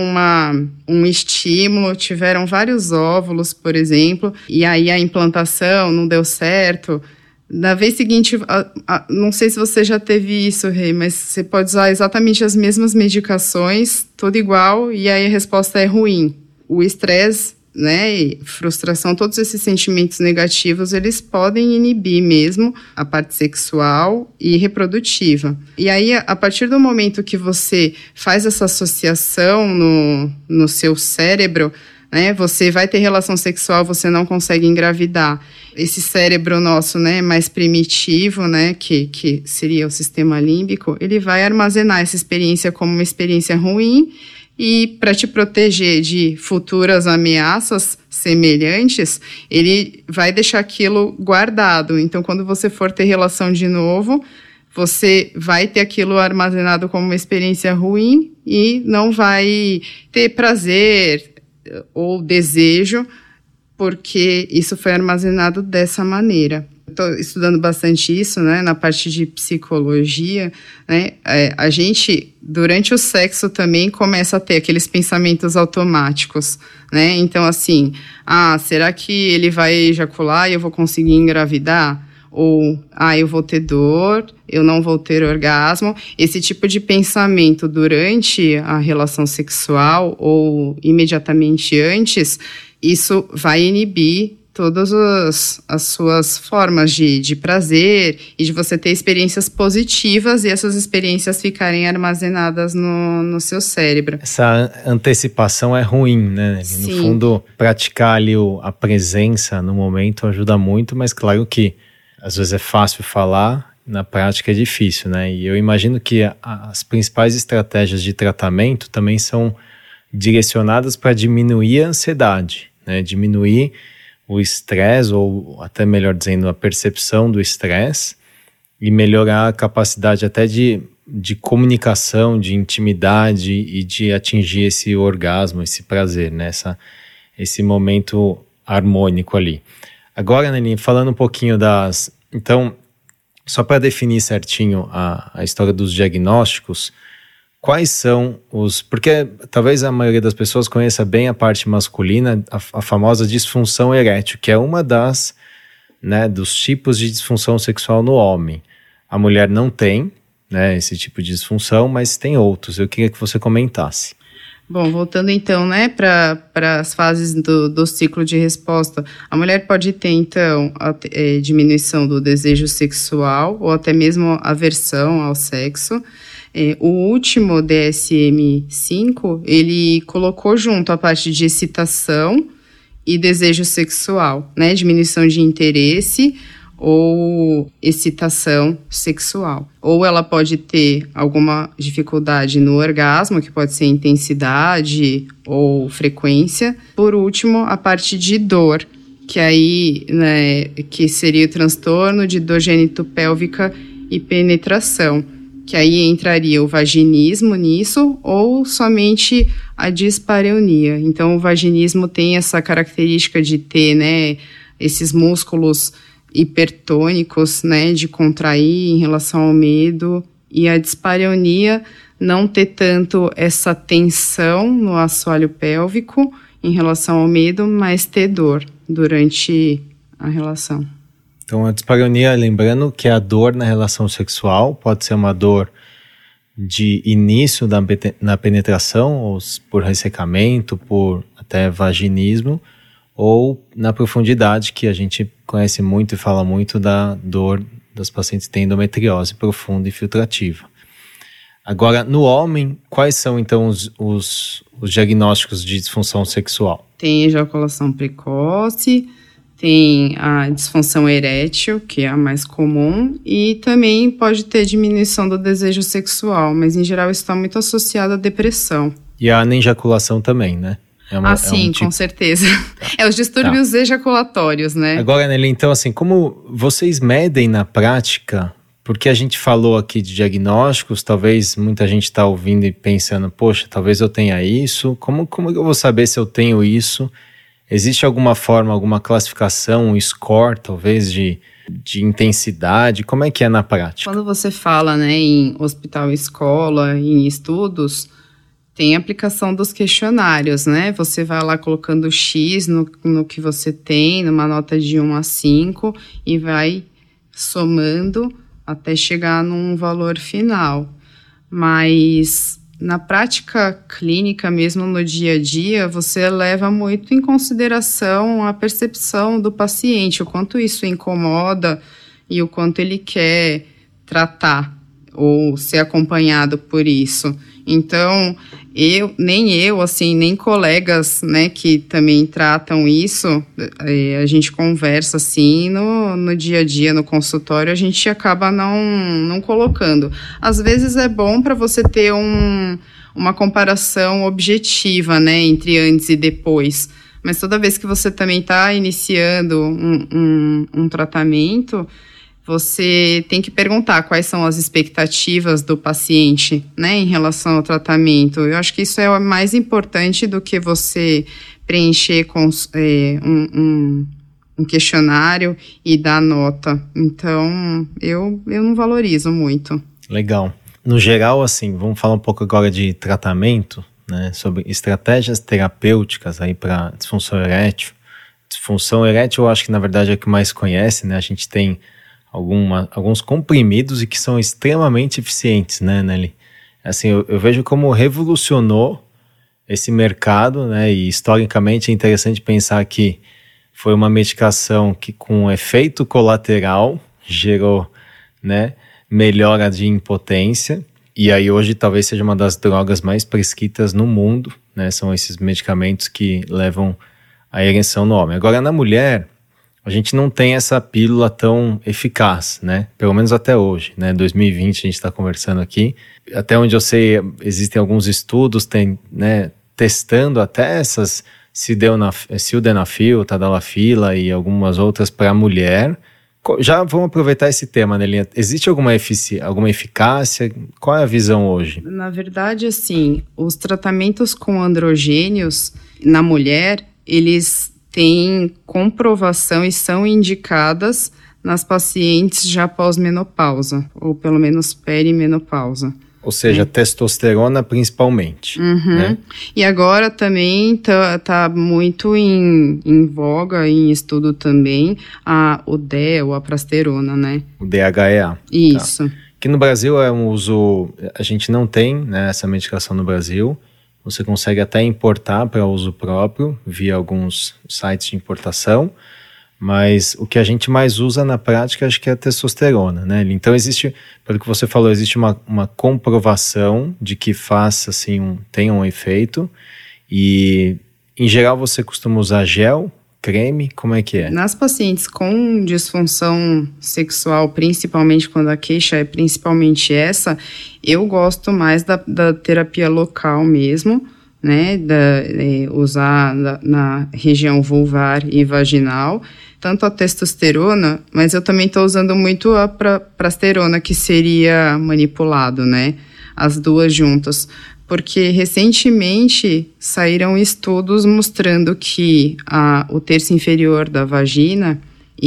um estímulo, tiveram vários óvulos, por exemplo, e aí a implantação não deu certo, na vez seguinte, não sei se você já teve isso, Rei, mas você pode usar exatamente as mesmas medicações, tudo igual, e aí a resposta é ruim. O estresse, né, e frustração, todos esses sentimentos negativos, eles podem inibir mesmo a parte sexual e reprodutiva. E aí, a partir do momento que você faz essa associação no seu cérebro, né, você vai ter relação sexual, você não consegue engravidar. Esse cérebro nosso, né, mais primitivo, né, que seria o sistema límbico, ele vai armazenar essa experiência como uma experiência ruim. E para te proteger de futuras ameaças semelhantes, ele vai deixar aquilo guardado. Então, quando você for ter relação de novo, você vai ter aquilo armazenado como uma experiência ruim e não vai ter prazer ou desejo, porque isso foi armazenado dessa maneira. Estou estudando bastante isso, né, na parte de psicologia, né, a gente, durante o sexo também começa a ter aqueles pensamentos automáticos, né, então assim, será que ele vai ejacular e eu vou conseguir engravidar? Ou, eu vou ter dor, eu não vou ter orgasmo. Esse tipo de pensamento durante a relação sexual ou imediatamente antes, isso vai inibir todas as suas formas de prazer e de você ter experiências positivas e essas experiências ficarem armazenadas no seu cérebro. Essa antecipação é ruim, né? Sim. No fundo, praticar ali a presença no momento ajuda muito, mas claro que às vezes é fácil falar, na prática é difícil, né? E eu imagino que as principais estratégias de tratamento também são direcionadas para diminuir a ansiedade, né? Diminuir o estresse, ou até melhor dizendo, a percepção do estresse, e melhorar a capacidade até de comunicação, de intimidade e de atingir esse orgasmo, esse prazer, né? Esse momento harmônico ali. Agora, Nelly, falando um pouquinho Então, só para definir certinho a história dos diagnósticos, quais são porque talvez a maioria das pessoas conheça bem a parte masculina, a famosa disfunção erétil, que é uma dos tipos de disfunção sexual no homem. A mulher não tem, né, esse tipo de disfunção, mas tem outros. Eu queria que você comentasse. Bom, voltando então, né, para as fases do ciclo de resposta, a mulher pode ter, então, diminuição do desejo sexual ou até mesmo aversão ao sexo. O último DSM-5, ele colocou junto a parte de excitação e desejo sexual, né? Diminuição de interesse ou excitação sexual. Ou ela pode ter alguma dificuldade no orgasmo, que pode ser intensidade ou frequência. Por último, a parte de dor, que aí, né, que seria o transtorno de dor genitopélvica e penetração, que aí entraria o vaginismo nisso ou somente a dispareunia. Então, o vaginismo tem essa característica de ter, né, esses músculos hipertônicos, né, de contrair em relação ao medo, e a dispareunia não ter tanto essa tensão no assoalho pélvico em relação ao medo, mas ter dor durante a relação. Então, a dispareunia, lembrando que a dor na relação sexual pode ser uma dor de início na penetração, ou por ressecamento, por até vaginismo, ou na profundidade, que a gente conhece muito e fala muito da dor das pacientes que têm endometriose profunda e filtrativa. Agora, no homem, quais são então os diagnósticos de disfunção sexual? Tem ejaculação precoce, tem a disfunção erétil, que é a mais comum, e também pode ter diminuição do desejo sexual, mas em geral isso está muito associado à depressão. E a anejaculação também, né? Sim, com certeza. Os distúrbios ejaculatórios, né? Agora, Nelly, então assim, como vocês medem na prática, porque a gente falou aqui de diagnósticos, talvez muita gente está ouvindo e pensando, poxa, talvez eu tenha isso, como eu vou saber se eu tenho isso? Existe alguma forma, alguma classificação, um score, talvez, de intensidade? Como é que é na prática? Quando você fala, né, em hospital, escola, em estudos, tem aplicação dos questionários, né? Você vai lá colocando X no que você tem, numa nota de 1 a 5, e vai somando até chegar num valor final. Mas na prática clínica, mesmo no dia a dia, você leva muito em consideração a percepção do paciente, o quanto isso incomoda e o quanto ele quer tratar ou ser acompanhado por isso. Então, nem colegas, né, que também tratam isso, a gente conversa assim no dia a dia, no consultório, a gente acaba não colocando. Às vezes é bom para você ter uma comparação objetiva, né, entre antes e depois, mas toda vez que você também está iniciando um tratamento, você tem que perguntar quais são as expectativas do paciente, né, em relação ao tratamento. Eu acho que isso é o mais importante do que você preencher com um questionário e dar nota. Então, eu não valorizo muito. Legal. No geral, assim, vamos falar um pouco agora de tratamento, né, sobre estratégias terapêuticas aí para disfunção erétil. Disfunção erétil, eu acho que na verdade é o que mais conhece, né? A gente tem alguns comprimidos e que são extremamente eficientes, né, Nelly? Assim, eu vejo como revolucionou esse mercado, né? E historicamente é interessante pensar que foi uma medicação que com efeito colateral gerou, né, melhora de impotência, e aí hoje talvez seja uma das drogas mais prescritas no mundo, né, são esses medicamentos que levam à ereção no homem. Agora na mulher, a gente não tem essa pílula tão eficaz, né, pelo menos até hoje, né, 2020 a gente está conversando aqui, até onde eu sei existem alguns estudos, né, testando até essas sildenafil, tadalafila e algumas outras para a mulher. Já vamos aproveitar esse tema, Nelinha. Existe alguma eficácia? Qual é a visão hoje? Na verdade, assim, os tratamentos com androgênios na mulher, eles têm comprovação e são indicadas nas pacientes já pós-menopausa, ou pelo menos perimenopausa. Ou seja, testosterona principalmente. Né? E agora também tá muito em voga, em estudo também, o DE, ou a prasterona, né? O DHEA. Isso. Tá. Que no Brasil é um uso... A gente não tem, né, essa medicação no Brasil. Você consegue até importar para uso próprio, via alguns sites de importação. Mas o que a gente mais usa na prática, acho que é a testosterona, né? Então existe, pelo que você falou, existe uma comprovação de que faça, assim, tenha um efeito. E, em geral, você costuma usar gel, creme, como é que é? Nas pacientes com disfunção sexual, principalmente quando a queixa é principalmente essa, eu gosto mais da terapia local mesmo, né, usar na região vulvar e vaginal, tanto a testosterona, mas eu também estou usando muito a prasterona, que seria manipulado, né, as duas juntas, porque recentemente saíram estudos mostrando que o terço inferior da vagina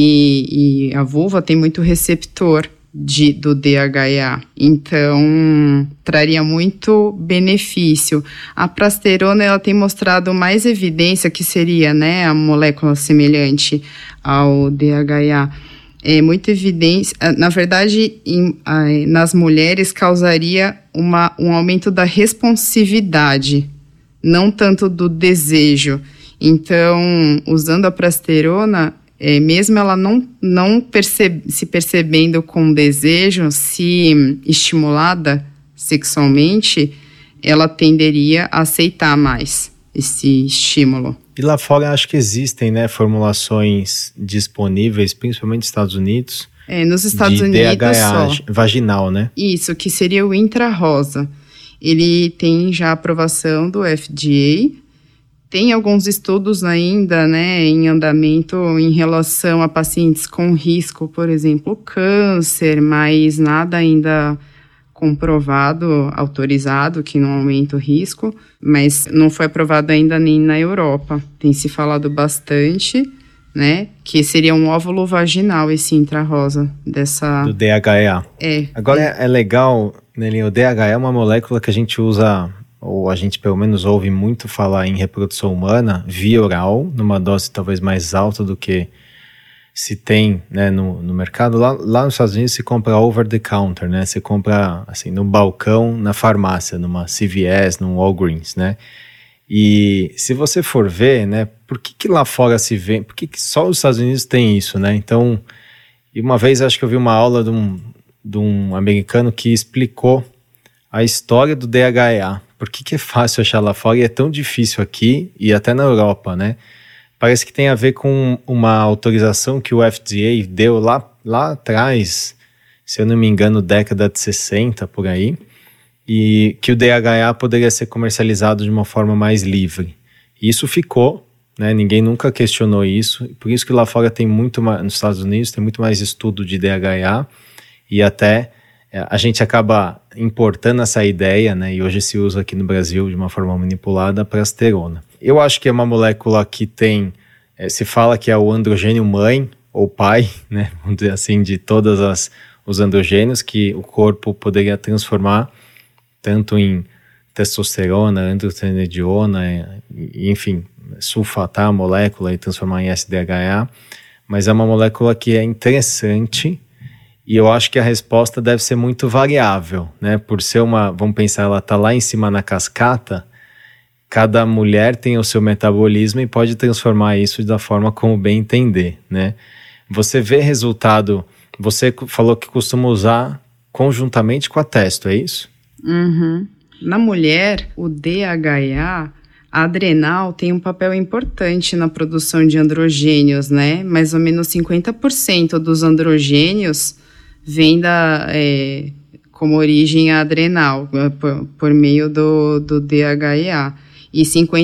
e a vulva tem muito receptor do DHEA, então traria muito benefício. A prasterona, ela tem mostrado mais evidência, que seria, né, a molécula semelhante ao DHEA, muita evidência. Na verdade, nas mulheres causaria um aumento da responsividade, não tanto do desejo. Então, usando a prasterona, mesmo ela não se percebendo com desejo, se estimulada sexualmente, ela tenderia a aceitar mais esse estímulo. E lá fora acho que existem, né, formulações disponíveis, principalmente nos Estados Unidos. Nos Estados Unidos DHEA vaginal, né? Isso, que seria o intra-rosa. Ele tem já aprovação do FDA. Tem alguns estudos ainda, né, em andamento em relação a pacientes com risco, por exemplo, câncer, mas nada ainda comprovado, autorizado, que não aumenta o risco, mas não foi aprovado ainda nem na Europa. Tem se falado bastante, né, que seria um óvulo vaginal esse intra-rosa do DHEA. Agora é legal, né, o DHEA é uma molécula que a gente usa, ou a gente pelo menos ouve muito falar em reprodução humana, via oral, numa dose talvez mais alta do que se tem, né, no mercado. Lá nos Estados Unidos se compra over the counter, né? Você compra assim, no balcão, na farmácia, numa CVS, num Walgreens, né? E se você for ver, né, por que lá fora se vê, por que só os Estados Unidos tem isso, né? Então, e uma vez acho que eu vi uma aula de um americano que explicou a história do DHEA. Por que é fácil achar lá fora e é tão difícil aqui e até na Europa, né? Parece que tem a ver com uma autorização que o FDA deu lá atrás, se eu não me engano, década de 60, por aí, e que o DHEA poderia ser comercializado de uma forma mais livre. E isso ficou, né? Ninguém nunca questionou isso, por isso que lá fora tem muito mais, nos Estados Unidos tem muito mais estudo de DHEA, e até a gente acaba importando essa ideia, né? E hoje se usa aqui no Brasil de uma forma manipulada, a prasterona. Eu acho que é uma molécula que tem, se fala que é o androgênio mãe ou pai, né? Vamos dizer assim, de todos os androgênios que o corpo poderia transformar tanto em testosterona, androstenediona, enfim, sulfatar a molécula e transformar em SDHA, mas é uma molécula que é interessante. E eu acho que a resposta deve ser muito variável, né? Por ser vamos pensar, ela está lá em cima na cascata, cada mulher tem o seu metabolismo e pode transformar isso da forma como bem entender, né? Você vê resultado, você falou que costuma usar conjuntamente com a testo, é isso? Uhum. Na mulher, o DHEA, a adrenal, tem um papel importante na produção de androgênios, né? Mais ou menos 50% dos androgênios vem como origem a adrenal, por meio do DHEA. E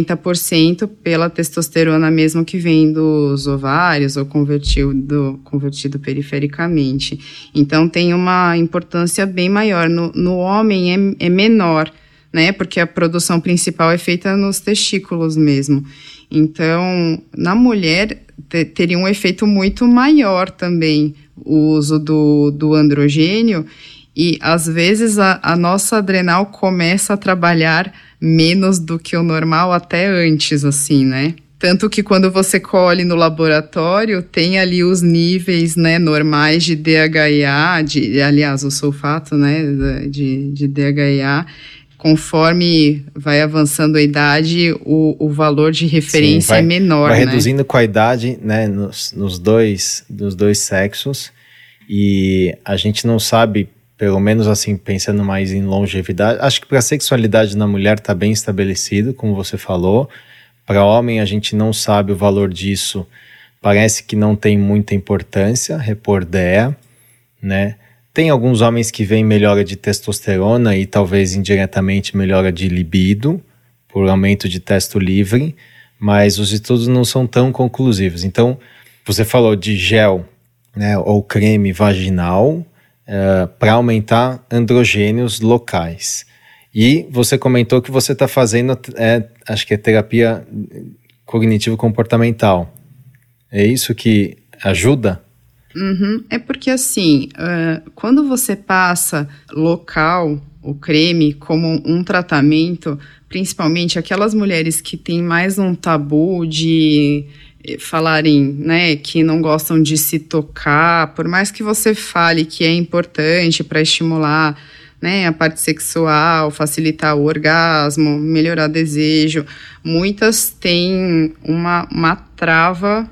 50% pela testosterona mesmo que vem dos ovários ou convertido perifericamente. Então tem uma importância bem maior. No homem é menor, né? Porque a produção principal é feita nos testículos mesmo. Então, na mulher, teria um efeito muito maior também o uso do androgênio. E, às vezes, a nossa adrenal começa a trabalhar menos do que o normal até antes, assim, né? Tanto que quando você colhe no laboratório, tem ali os níveis, né, normais de DHEA, aliás, o sulfato, né, de DHEA, conforme vai avançando a idade, o valor de referência é menor, vai né? reduzindo com a idade, né, nos dois sexos, e a gente não sabe, pelo menos assim, pensando mais em longevidade, acho que para a sexualidade na mulher está bem estabelecido, como você falou. Para homem, a gente não sabe o valor disso, parece que não tem muita importância, repor DEA, né? Tem alguns homens que veem melhora de testosterona e talvez indiretamente melhora de libido, por aumento de testo livre, mas os estudos não são tão conclusivos. Então, você falou de gel, né, ou creme vaginal, para aumentar androgênios locais. E você comentou que você está fazendo, acho que é terapia cognitivo-comportamental. É isso que ajuda? Uhum. É porque assim, quando você passa local, o creme, como um tratamento, principalmente aquelas mulheres que têm mais um tabu de falarem, né, que não gostam de se tocar, por mais que você fale que é importante para estimular, né, a parte sexual, facilitar o orgasmo, melhorar o desejo, muitas têm uma trava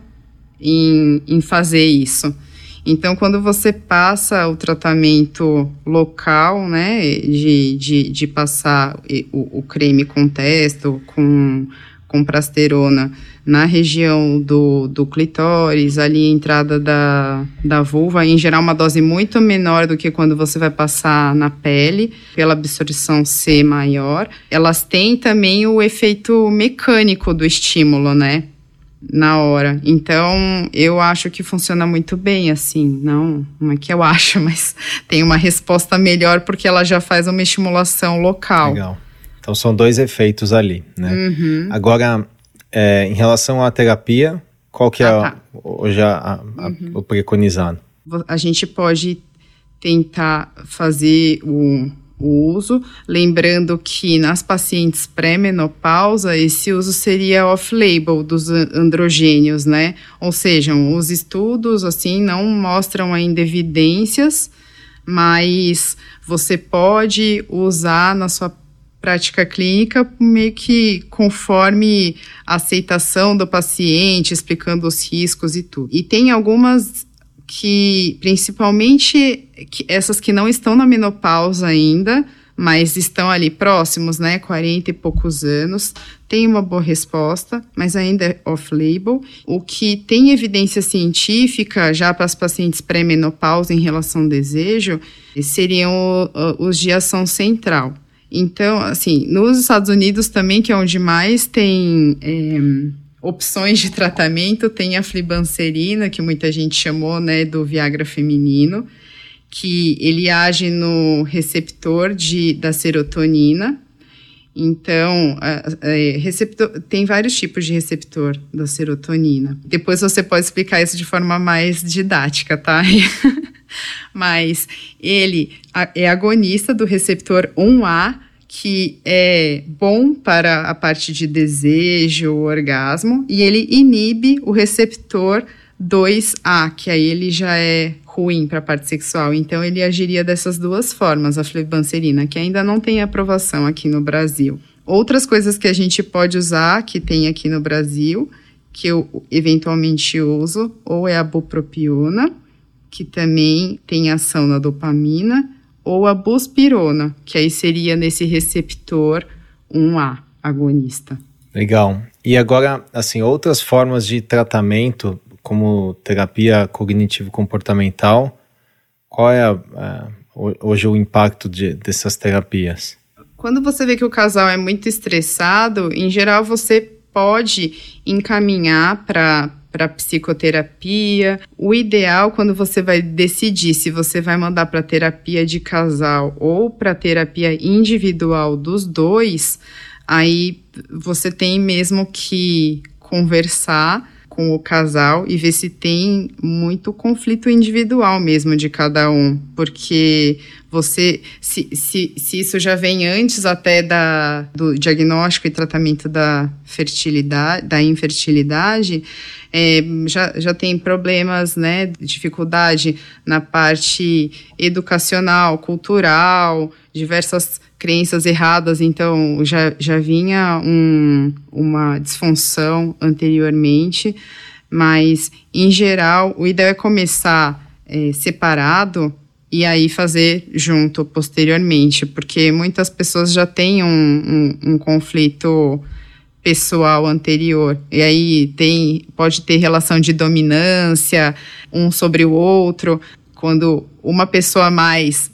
em fazer isso. Então, quando você passa o tratamento local, né, de passar o creme com testo, com prasterona, na região do clitóris, ali a entrada da vulva, em geral uma dose muito menor do que quando você vai passar na pele, pela absorção ser maior, elas têm também o efeito mecânico do estímulo, né? Na hora. Então, eu acho que funciona muito bem, assim. Não é que eu acho, mas tem uma resposta melhor porque ela já faz uma estimulação local. Legal. Então, são dois efeitos ali, né? Uhum. Agora, em relação à terapia, qual que é hoje o preconizado? A gente pode tentar fazer o uso, lembrando que nas pacientes pré-menopausa, esse uso seria off-label dos androgênios, né? Ou seja, os estudos, assim, não mostram ainda evidências, mas você pode usar na sua prática clínica meio que conforme a aceitação do paciente, explicando os riscos e tudo. E tem algumas que, principalmente, essas que não estão na menopausa ainda, mas estão ali próximos, né, 40 e poucos anos, tem uma boa resposta, mas ainda é off-label. O que tem evidência científica já para as pacientes pré-menopausa em relação ao desejo seriam os de ação central. Então, assim, nos Estados Unidos também, que é onde mais tem opções de tratamento, tem a flibanserina, que muita gente chamou, né, do Viagra feminino, que ele age no receptor da serotonina. Então, tem vários tipos de receptor da serotonina. Depois você pode explicar isso de forma mais didática, tá? Mas ele é agonista do receptor 1A, que é bom para a parte de desejo, orgasmo, e ele inibe o receptor 2A, que aí ele já é ruim para a parte sexual. Então, ele agiria dessas duas formas, a flibanserina, que ainda não tem aprovação aqui no Brasil. Outras coisas que a gente pode usar, que tem aqui no Brasil, que eu eventualmente uso, ou é a bupropiona, que também tem ação na dopamina, ou a buspirona, que aí seria nesse receptor 1A agonista. Legal. E agora, assim, outras formas de tratamento, como terapia cognitivo-comportamental, qual é hoje o impacto dessas terapias? Quando você vê que o casal é muito estressado, em geral você pode encaminhar para psicoterapia. O ideal, quando você vai decidir se você vai mandar para terapia de casal ou para terapia individual dos dois, aí você tem mesmo que conversar com o casal e ver se tem muito conflito individual mesmo de cada um, porque se isso já vem antes até do diagnóstico e tratamento da infertilidade, já tem problemas, né, dificuldade na parte educacional, cultural, diversas crenças erradas, então já vinha uma disfunção anteriormente, mas em geral o ideal é começar separado e aí fazer junto posteriormente, porque muitas pessoas já têm um conflito pessoal anterior, e aí pode ter relação de dominância um sobre o outro, quando uma pessoa mais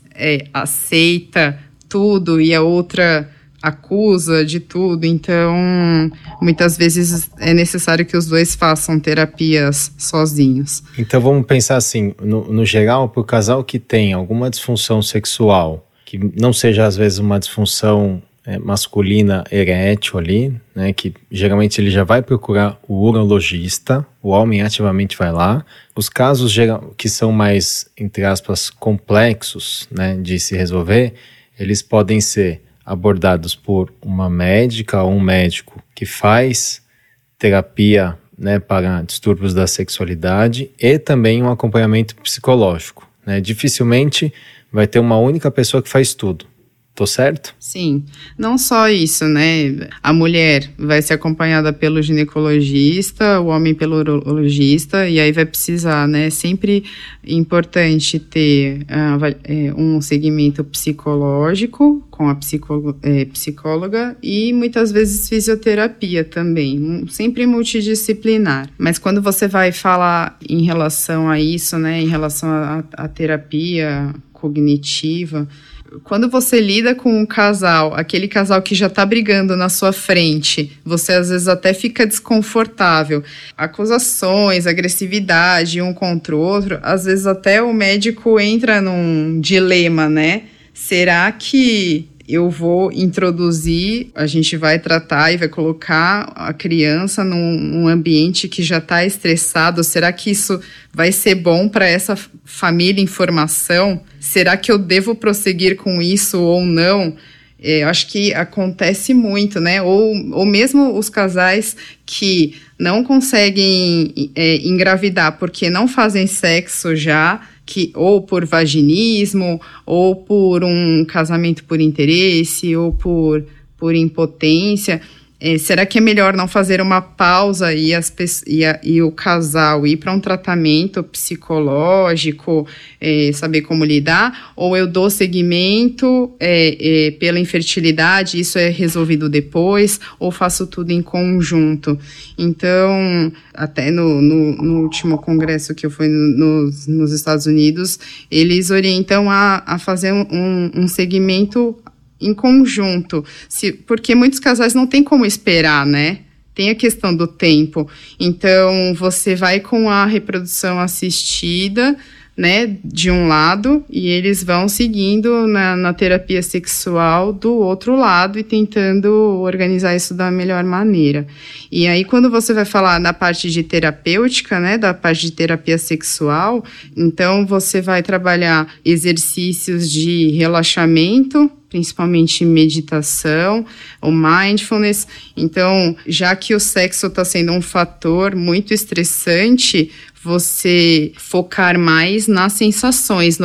aceita tudo e a outra acusa de tudo, então muitas vezes é necessário que os dois façam terapias sozinhos. Então vamos pensar assim, no geral, para o casal que tem alguma disfunção sexual, que não seja às vezes uma disfunção masculina erétil ali, né, que geralmente ele já vai procurar o urologista, o homem ativamente vai lá. Os casos que são mais, entre aspas, complexos, né, de se resolver, eles podem ser abordados por uma médica ou um médico que faz terapia, né, para distúrbios da sexualidade e também um acompanhamento psicológico, né? Dificilmente vai ter uma única pessoa que faz tudo. Tô certo? Sim, não só isso, né? A mulher vai ser acompanhada pelo ginecologista, o homem pelo urologista, e aí vai precisar, né? Sempre importante ter um segmento psicológico com a psicóloga e muitas vezes fisioterapia também, sempre multidisciplinar. Mas quando você vai falar em relação a isso, né? Em relação à terapia cognitiva, quando você lida com um casal, aquele casal que já tá brigando na sua frente, você às vezes até fica desconfortável. Acusações, agressividade um contra o outro, às vezes até o médico entra num dilema, né? Será que eu vou introduzir, a gente vai tratar e vai colocar a criança num ambiente que já está estressado? Será que isso vai ser bom para essa família em formação? Será que eu devo prosseguir com isso ou não? Eu acho que acontece muito, né? Ou mesmo os casais que não conseguem engravidar porque não fazem sexo já, ou por vaginismo, ou por um casamento por interesse, ou por impotência. Será que é melhor não fazer uma pausa e o casal ir para um tratamento psicológico, saber como lidar? Ou eu dou seguimento pela infertilidade, isso é resolvido depois, ou faço tudo em conjunto? Então, até no último congresso que eu fui nos Estados Unidos, eles orientam a fazer um segmento em conjunto, porque muitos casais não têm como esperar, né? Tem a questão do tempo. Então, você vai com a reprodução assistida, né, de um lado, e eles vão seguindo na terapia sexual do outro lado e tentando organizar isso da melhor maneira. E aí, quando você vai falar na parte de terapêutica, né, da parte de terapia sexual, então você vai trabalhar exercícios de relaxamento, principalmente meditação, o mindfulness. Então, já que o sexo está sendo um fator muito estressante, você focar mais nas sensações,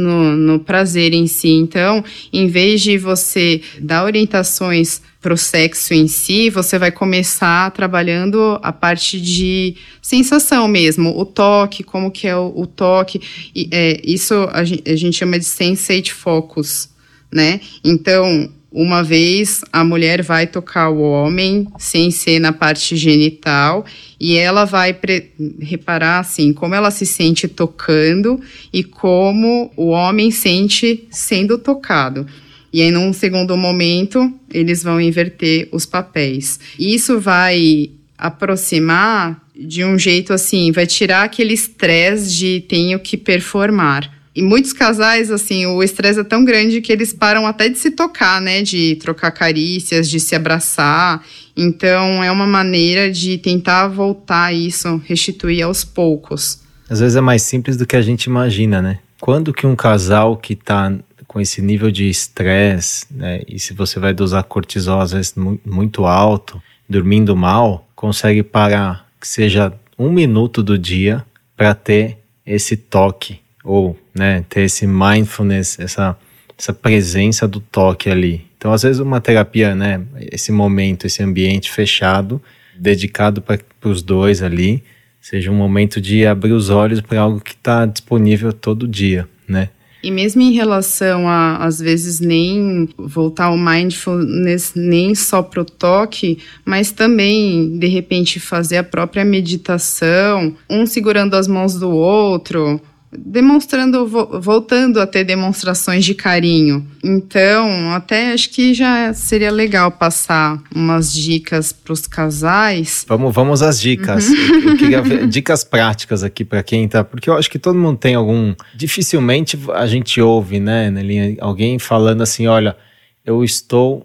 no prazer em si. Então, em vez de você dar orientações para o sexo em si, você vai começar trabalhando a parte de sensação mesmo, o toque, como que é o toque. Isso a gente chama de sensate focus, né? Então, uma vez a mulher vai tocar o homem sem ser na parte genital e ela vai reparar assim como ela se sente tocando e como o homem sente sendo tocado. E aí, num segundo momento, eles vão inverter os papéis. Isso vai aproximar de um jeito assim, vai tirar aquele estresse de tenho que performar. E muitos casais, assim, o estresse é tão grande que eles param até de se tocar, né? De trocar carícias, de se abraçar. Então, é uma maneira de tentar voltar isso, restituir aos poucos. Às vezes é mais simples do que a gente imagina, né? Quando que um casal que tá com esse nível de estresse, né? E se você vai dosar cortisol, às vezes muito alto, dormindo mal, consegue parar, que seja 1 minuto do dia para ter esse toque, ou, né, ter esse mindfulness, essa presença do toque ali. Então, às vezes, uma terapia, né, esse momento, esse ambiente fechado, dedicado para os dois ali, seja um momento de abrir os olhos para algo que está disponível todo dia, né? E mesmo em relação a, às vezes, nem voltar ao mindfulness nem só pro toque, mas também, de repente, fazer a própria meditação, um segurando as mãos do outro, demonstrando, voltando a ter demonstrações de carinho. Então, até acho que já seria legal passar umas dicas para os casais. Vamos às dicas. Eu queria ver dicas práticas aqui para quem tá, porque eu acho que todo mundo tem dificilmente a gente ouve, né, Nelinha, alguém falando assim, olha, eu estou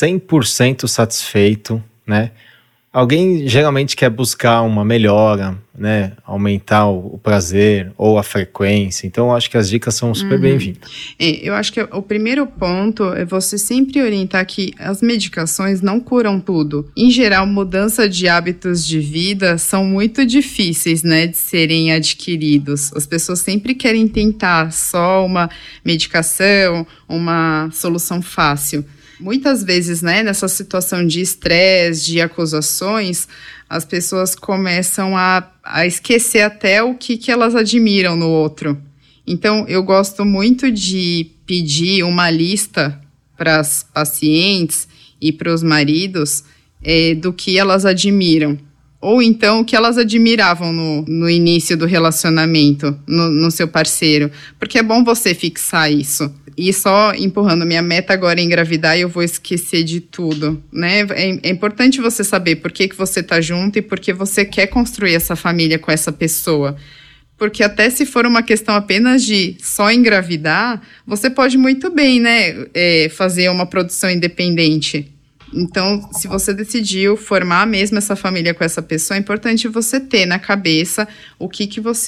100% satisfeito, né? Alguém geralmente quer buscar uma melhora, né? Aumentar o prazer ou a frequência. Então, eu acho que as dicas são super bem-vindas. Eu acho que o primeiro ponto é você sempre orientar que as medicações não curam tudo. Em geral, mudança de hábitos de vida são muito difíceis, né, de serem adquiridos. As pessoas sempre querem tentar só uma medicação, uma solução fácil. Muitas vezes, né, nessa situação de estresse, de acusações, as pessoas começam a esquecer até o que elas admiram no outro. Então, eu gosto muito de pedir uma lista para as pacientes e para os maridos do que elas admiram. Ou então, o que elas admiravam no início do relacionamento, no seu parceiro. Porque é bom você fixar isso. E só empurrando, minha meta agora é engravidar e eu vou esquecer de tudo, né? É importante você saber por que você tá junto e por que você quer construir essa família com essa pessoa. Porque até se for uma questão apenas de só engravidar, você pode muito bem, né, fazer uma produção independente. Então, se você decidiu formar mesmo essa família com essa pessoa, é importante você ter na cabeça o que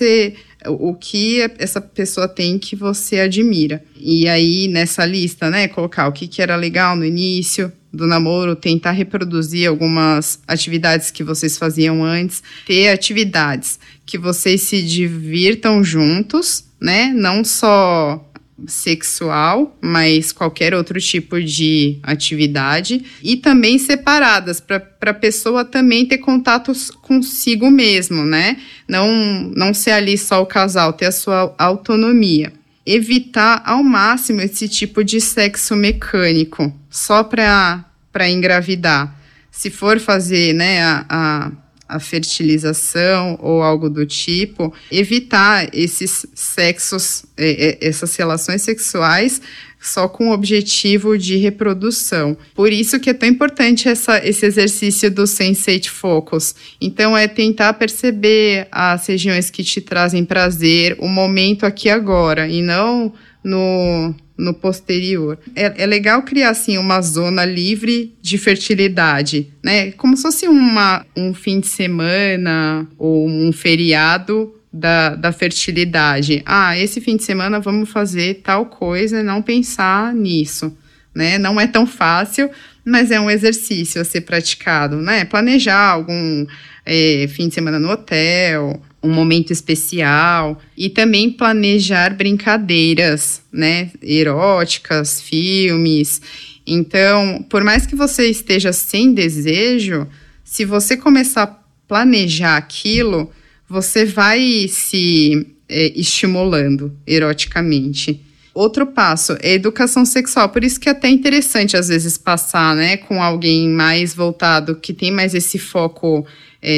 essa pessoa tem que você admira. E aí, nessa lista, né, colocar o que era legal no início do namoro, tentar reproduzir algumas atividades que vocês faziam antes, ter atividades que vocês se divirtam juntos, né, não só sexual, mas qualquer outro tipo de atividade, e também separadas, para a pessoa também ter contatos consigo mesmo, né? Não ser ali só o casal, ter a sua autonomia. Evitar ao máximo esse tipo de sexo mecânico, só para engravidar. Se for fazer, né, a fertilização ou algo do tipo, evitar esses sexos, essas relações sexuais só com o objetivo de reprodução. Por isso que é tão importante esse exercício do sensate focus. Então, é tentar perceber as regiões que te trazem prazer, o momento aqui e agora, e não no posterior. É legal criar, assim, uma zona livre de fertilidade, né? Como se fosse um fim de semana ou um feriado da fertilidade. Esse fim de semana vamos fazer tal coisa e não pensar nisso, né? Não é tão fácil, mas é um exercício a ser praticado, né? Planejar algum fim de semana no hotel, um momento especial, e também planejar brincadeiras, né? Eróticas, filmes. Então, por mais que você esteja sem desejo, se você começar a planejar aquilo, você vai se estimulando eroticamente. Outro passo é educação sexual, por isso que é até interessante às vezes passar, né, com alguém mais voltado, que tem mais esse foco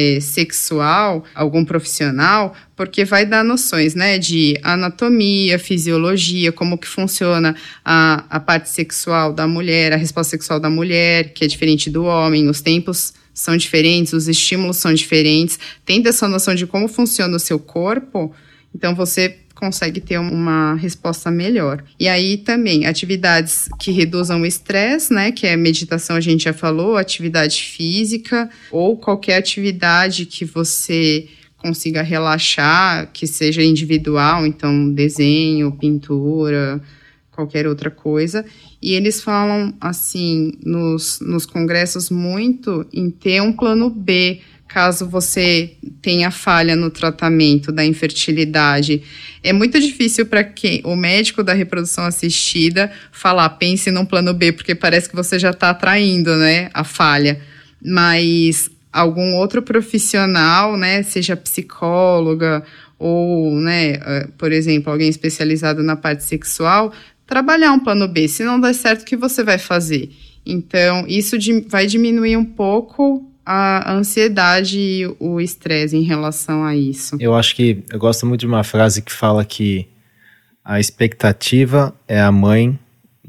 sexual, algum profissional, porque vai dar noções, né, de anatomia, fisiologia, como que funciona a parte sexual da mulher, a resposta sexual da mulher, que é diferente do homem, os tempos são diferentes, os estímulos são diferentes, tendo essa noção de como funciona o seu corpo, então você consegue ter uma resposta melhor. E aí também atividades que reduzam o estresse, né, que é meditação, a gente já falou, atividade física ou qualquer atividade que você consiga relaxar, que seja individual, então desenho, pintura, qualquer outra coisa. E eles falam, assim, nos congressos muito em ter um plano B, caso você tenha falha no tratamento da infertilidade. É muito difícil para o médico da reprodução assistida falar, pense num plano B, porque parece que você já está atraindo, né, a falha. Mas algum outro profissional, né, seja psicóloga ou, né, por exemplo, alguém especializado na parte sexual, trabalhar um plano B. Se não der certo, o que você vai fazer? Então, isso vai diminuir um pouco a ansiedade e o estresse em relação a isso. Eu gosto muito de uma frase que fala que a expectativa é a mãe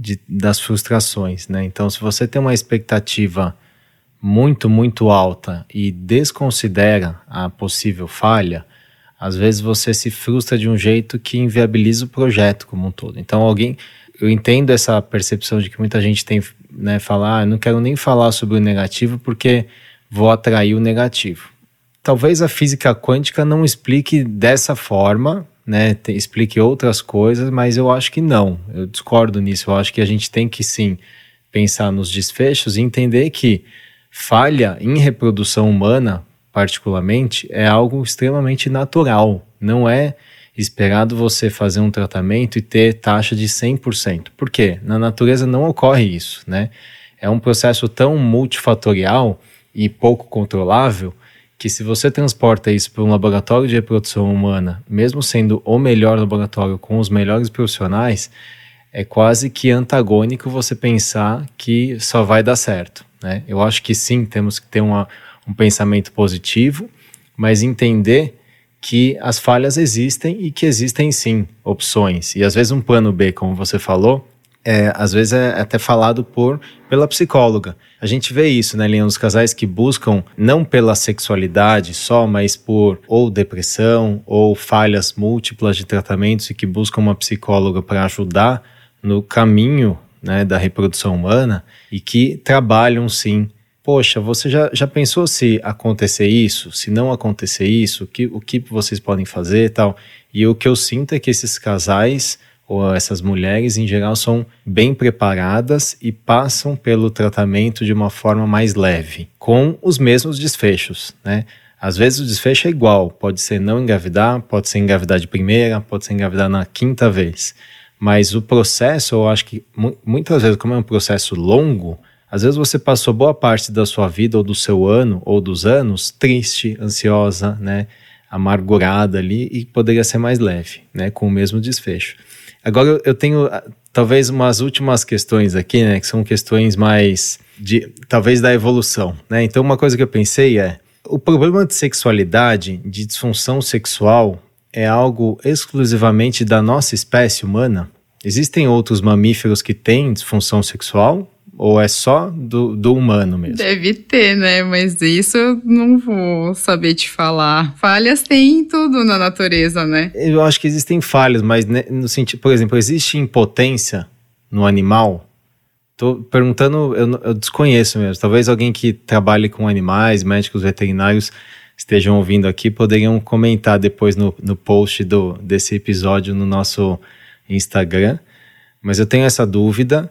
das frustrações, né? Então, se você tem uma expectativa muito, muito alta e desconsidera a possível falha, às vezes você se frustra de um jeito que inviabiliza o projeto como um todo. Então, eu entendo essa percepção de que muita gente tem, né, falar, eu não quero nem falar sobre o negativo porque vou atrair o negativo. Talvez a física quântica não explique dessa forma, né, explique outras coisas, mas eu acho que não. Eu discordo nisso. Eu acho que a gente tem que sim pensar nos desfechos e entender que falha em reprodução humana, particularmente, é algo extremamente natural. Não é esperado você fazer um tratamento e ter taxa de 100%. Por quê? Na natureza não ocorre isso, né? É um processo tão multifatorial e pouco controlável, que se você transporta isso para um laboratório de reprodução humana, mesmo sendo o melhor laboratório com os melhores profissionais, é quase que antagônico você pensar que só vai dar certo, né? Eu acho que sim, temos que ter um pensamento positivo, mas entender que as falhas existem e que existem sim opções. E às vezes um plano B, como você falou, às vezes é até falado pela psicóloga. A gente vê isso, né, Liana, os casais que buscam não pela sexualidade só, mas por ou depressão ou falhas múltiplas de tratamentos e que buscam uma psicóloga para ajudar no caminho, né, da reprodução humana e que trabalham sim. Poxa, você já pensou se acontecer isso? Se não acontecer isso, o que vocês podem fazer e tal? E o que eu sinto é que esses casais ou essas mulheres, em geral, são bem preparadas e passam pelo tratamento de uma forma mais leve, com os mesmos desfechos, né? Às vezes o desfecho é igual, pode ser não engravidar, pode ser engravidar de primeira, pode ser engravidar na 5ª vez. Mas o processo, eu acho que muitas vezes, como é um processo longo, às vezes você passou boa parte da sua vida, ou do seu ano, ou dos anos, triste, ansiosa, né? Amargurada ali, e poderia ser mais leve, né? Com o mesmo desfecho. Agora eu tenho talvez umas últimas questões aqui, né, que são questões mais talvez da evolução, né? Então uma coisa que eu pensei o problema de sexualidade, de disfunção sexual, é algo exclusivamente da nossa espécie humana? Existem outros mamíferos que têm disfunção sexual? Ou é só do humano mesmo? Deve ter, né? Mas isso eu não vou saber te falar. Falhas tem em tudo na natureza, né? Eu acho que existem falhas, mas no sentido, por exemplo, existe impotência no animal? Tô perguntando, eu desconheço mesmo. Talvez alguém que trabalhe com animais, médicos veterinários, estejam ouvindo aqui, poderiam comentar depois no post desse episódio no nosso Instagram. Mas eu tenho essa dúvida.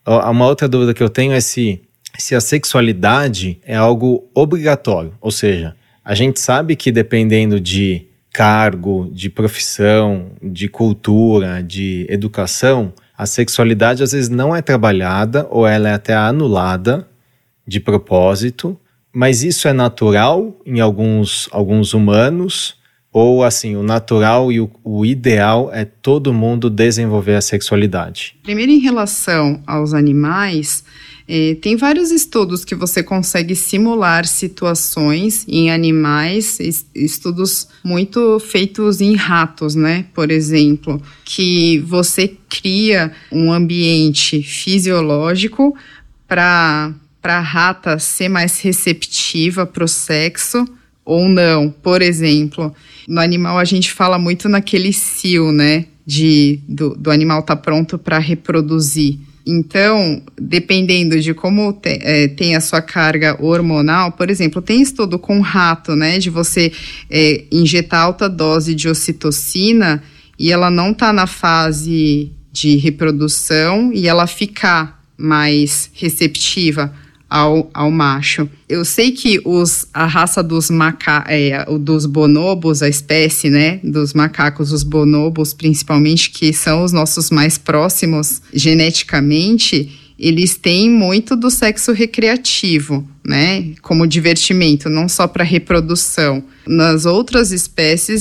Uma outra dúvida que eu tenho é se a sexualidade é algo obrigatório. Ou seja, a gente sabe que dependendo de cargo, de profissão, de cultura, de educação, a sexualidade às vezes não é trabalhada ou ela é até anulada de propósito, mas isso é natural em alguns humanos, ou assim, o natural e o ideal é todo mundo desenvolver a sexualidade? Primeiro, em relação aos animais, tem vários estudos que você consegue simular situações em animais, estudos muito feitos em ratos, né? Por exemplo, que você cria um ambiente fisiológico para a rata ser mais receptiva para o sexo ou não. Por exemplo, no animal a gente fala muito naquele cio, né? Do animal estar pronto para reproduzir. Então, dependendo de como tem a sua carga hormonal, por exemplo, tem estudo com rato, né? De você injetar alta dose de ocitocina e ela não está na fase de reprodução e ela ficar mais receptiva ao macho. Eu sei que a raça dos bonobos, a espécie, né, dos macacos, os bonobos principalmente, que são os nossos mais próximos geneticamente, eles têm muito do sexo recreativo, né, como divertimento, não só para reprodução. Nas outras espécies,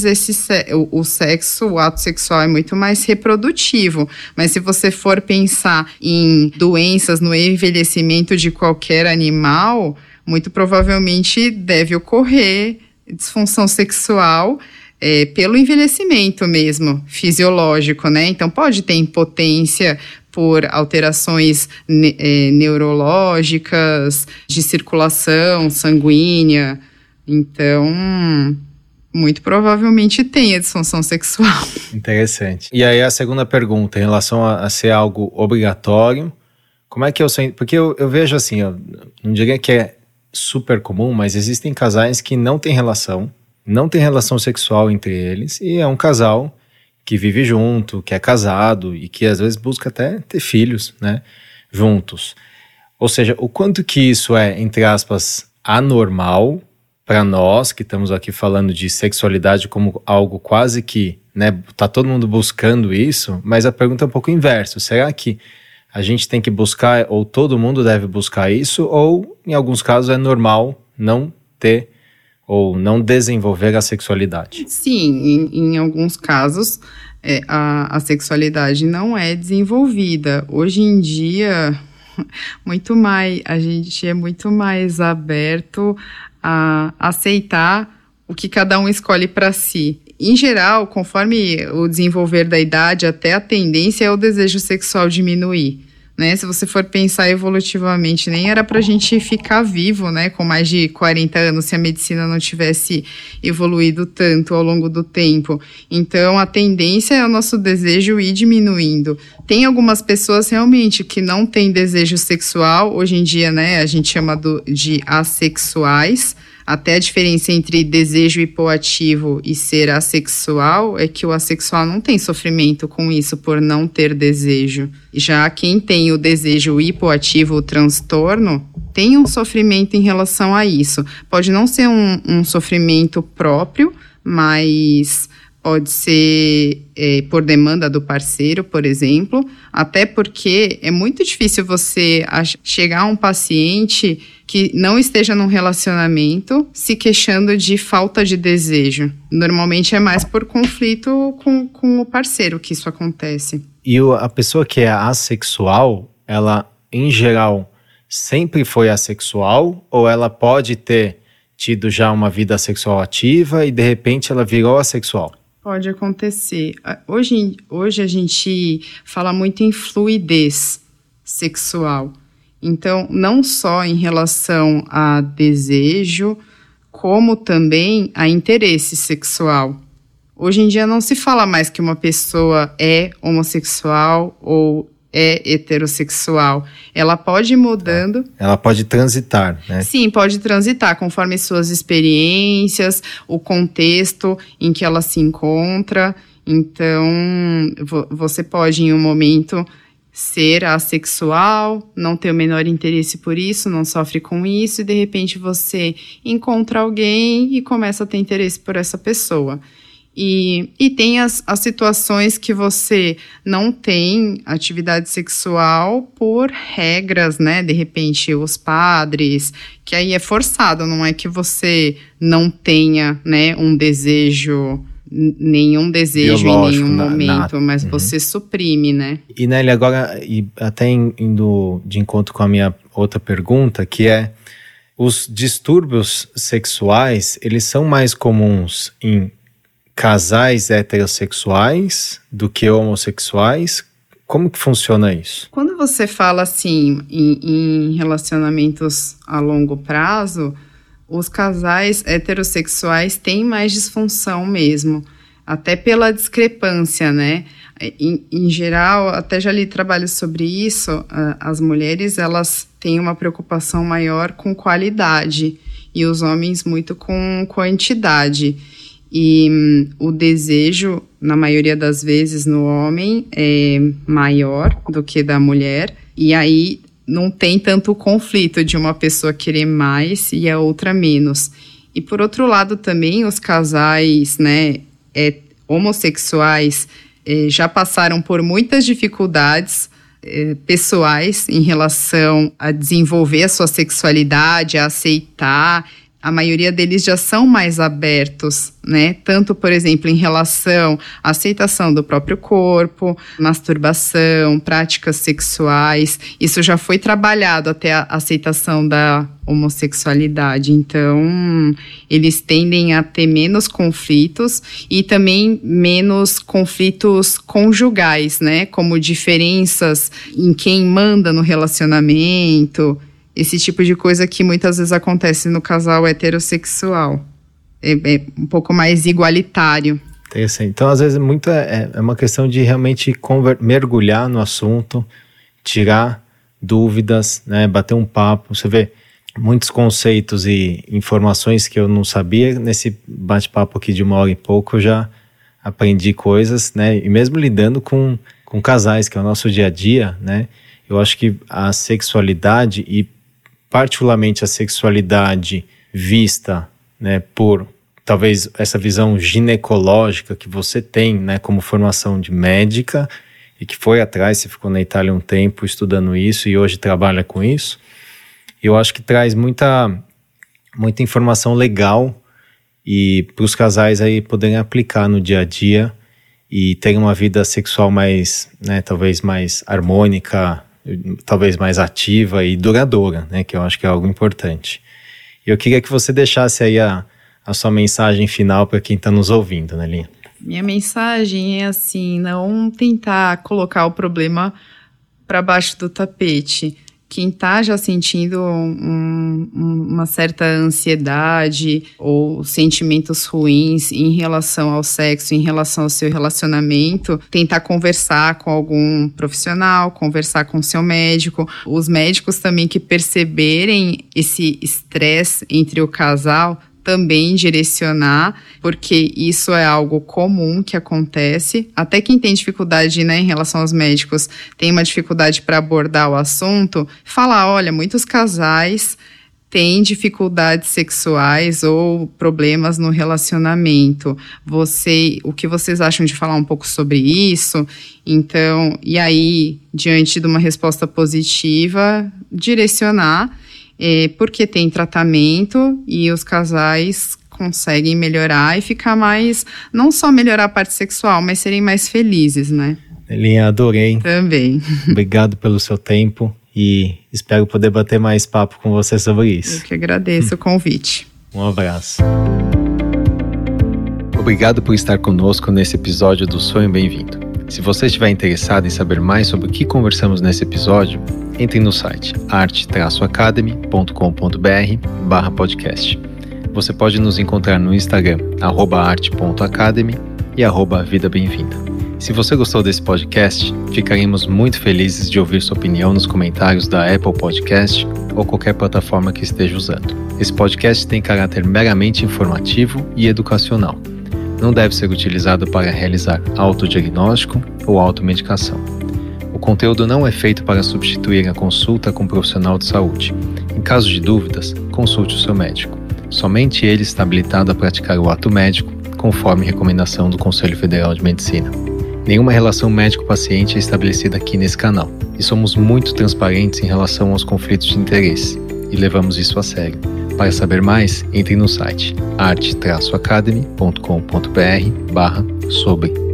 o ato sexual é muito mais reprodutivo, mas se você for pensar em doenças no envelhecimento de qualquer animal, muito provavelmente deve ocorrer disfunção sexual pelo envelhecimento mesmo, fisiológico, né? Então pode ter impotência por alterações neurológicas, de circulação sanguínea. Então, muito provavelmente tem a disfunção sexual. Interessante. E aí a segunda pergunta, em relação a ser algo obrigatório, como é que eu sei? Porque eu vejo assim, eu não diria que é super comum, mas existem casais que não têm relação sexual entre eles, e é um casal que vive junto, que é casado e que às vezes busca até ter filhos, né, juntos. Ou seja, o quanto que isso é, entre aspas, anormal para nós, que estamos aqui falando de sexualidade como algo quase que, né, tá todo mundo buscando isso, mas a pergunta é um pouco inversa. Será que a gente tem que buscar, ou todo mundo deve buscar isso, ou em alguns casos é normal não ter ou não desenvolver a sexualidade? Sim, em alguns casos a sexualidade não é desenvolvida. Hoje em dia, a gente é muito mais aberto a aceitar o que cada um escolhe para si. Em geral, conforme o desenvolver da idade, até a tendência é o desejo sexual diminuir. Né? Se você for pensar evolutivamente, nem era pra gente ficar vivo, né, com mais de 40 anos, se a medicina não tivesse evoluído tanto ao longo do tempo. Então, a tendência é o nosso desejo ir diminuindo. Tem algumas pessoas realmente que não têm desejo sexual, hoje em dia, né, a gente chama de assexuais. Até a diferença entre desejo hipoativo e ser assexual é que o assexual não tem sofrimento com isso por não ter desejo. Já quem tem o desejo hipoativo, o transtorno, tem um sofrimento em relação a isso. Pode não ser um sofrimento próprio, mas pode ser por demanda do parceiro, por exemplo, até porque é muito difícil você chegar a um paciente que não esteja num relacionamento se queixando de falta de desejo. Normalmente é mais por conflito com o parceiro que isso acontece. E a pessoa que é assexual, ela, em geral, sempre foi assexual, ou ela pode ter tido já uma vida sexual ativa e, de repente, ela virou assexual? Pode acontecer. Hoje a gente fala muito em fluidez sexual. Então, não só em relação a desejo, como também a interesse sexual. Hoje em dia não se fala mais que uma pessoa é homossexual ou é heterossexual. Ela pode ir mudando. Ela pode transitar, né? Sim, pode transitar conforme suas experiências, o contexto em que ela se encontra. Então, você pode, em um momento, ser assexual, não ter o menor interesse por isso, não sofre com isso, e de repente você encontra alguém e começa a ter interesse por essa pessoa. E tem as situações que você não tem atividade sexual por regras, né? De repente, os padres, que aí é forçado, não é que você não tenha, né, um desejo, nenhum desejo biológico, em nenhum momento, mas você suprime, né? E Nelly, agora, e até indo de encontro com a minha outra pergunta, que é, os distúrbios sexuais, eles são mais comuns em casais heterossexuais do que homossexuais? Como que funciona isso? Quando você fala assim em relacionamentos a longo prazo, os casais heterossexuais têm mais disfunção mesmo, até pela discrepância, né? Em geral, até já li trabalhos sobre isso, as mulheres, elas têm uma preocupação maior com qualidade e os homens muito com quantidade. E o desejo, na maioria das vezes, no homem é maior do que da mulher, e aí não tem tanto conflito de uma pessoa querer mais e a outra menos. E por outro lado também, os casais, né, homossexuais já passaram por muitas dificuldades pessoais em relação a desenvolver a sua sexualidade, a aceitar. A maioria deles já são mais abertos, né? Tanto, por exemplo, em relação à aceitação do próprio corpo, masturbação, práticas sexuais. Isso já foi trabalhado até a aceitação da homossexualidade. Então, eles tendem a ter menos conflitos e também menos conflitos conjugais, né? Como diferenças em quem manda no relacionamento. Esse tipo de coisa que muitas vezes acontece no casal heterossexual. É um pouco mais igualitário. Interessante. Então, às vezes, é uma questão de realmente mergulhar no assunto, tirar dúvidas, né, bater um papo. Você vê muitos conceitos e informações que eu não sabia. Nesse bate-papo aqui de 1 hora e pouco, eu já aprendi coisas, né? E mesmo lidando com casais, que é o nosso dia a dia, né? Eu acho que a sexualidade e particularmente a sexualidade vista, né, por talvez essa visão ginecológica que você tem, né, como formação de médica e que foi atrás, você ficou na Itália um tempo estudando isso e hoje trabalha com isso. Eu acho que traz muita informação legal e para os casais aí poderem aplicar no dia a dia e terem uma vida sexual mais, né, talvez mais harmônica, talvez mais ativa e duradoura, né, que eu acho que é algo importante. E eu queria que você deixasse aí a sua mensagem final para quem está nos ouvindo, né, Linha? Minha mensagem é assim, não tentar colocar o problema para baixo do tapete. Quem está já sentindo uma certa ansiedade ou sentimentos ruins em relação ao sexo, em relação ao seu relacionamento, tentar conversar com algum profissional, conversar com seu médico. Os médicos também que perceberem esse estresse entre o casal, também direcionar, porque isso é algo comum que acontece. Até quem tem dificuldade, né, em relação aos médicos, tem uma dificuldade para abordar o assunto, falar, olha, muitos casais têm dificuldades sexuais ou problemas no relacionamento. O que vocês acham de falar um pouco sobre isso? Então, e aí, diante de uma resposta positiva, direcionar, porque tem tratamento e os casais conseguem melhorar e ficar mais, não só melhorar a parte sexual, mas serem mais felizes, né? Linha, adorei. Também. Obrigado pelo seu tempo e espero poder bater mais papo com você sobre isso. Eu que agradeço o convite. Um abraço. Obrigado por estar conosco nesse episódio do Sonho Bem-vindo. Se você estiver interessado em saber mais sobre o que conversamos nesse episódio, entre no site arte-academy.com.br/podcast. Você pode nos encontrar no Instagram, @arte.academy e @vida bem-vinda. Se você gostou desse podcast, ficaremos muito felizes de ouvir sua opinião nos comentários da Apple Podcast ou qualquer plataforma que esteja usando. Esse podcast tem caráter meramente informativo e educacional. Não deve ser utilizado para realizar autodiagnóstico ou automedicação. O conteúdo não é feito para substituir a consulta com um profissional de saúde. Em caso de dúvidas, consulte o seu médico. Somente ele está habilitado a praticar o ato médico, conforme recomendação do Conselho Federal de Medicina. Nenhuma relação médico-paciente é estabelecida aqui nesse canal, e somos muito transparentes em relação aos conflitos de interesse, e levamos isso a sério. Para saber mais, entre no site arte-academy.com.br/sobre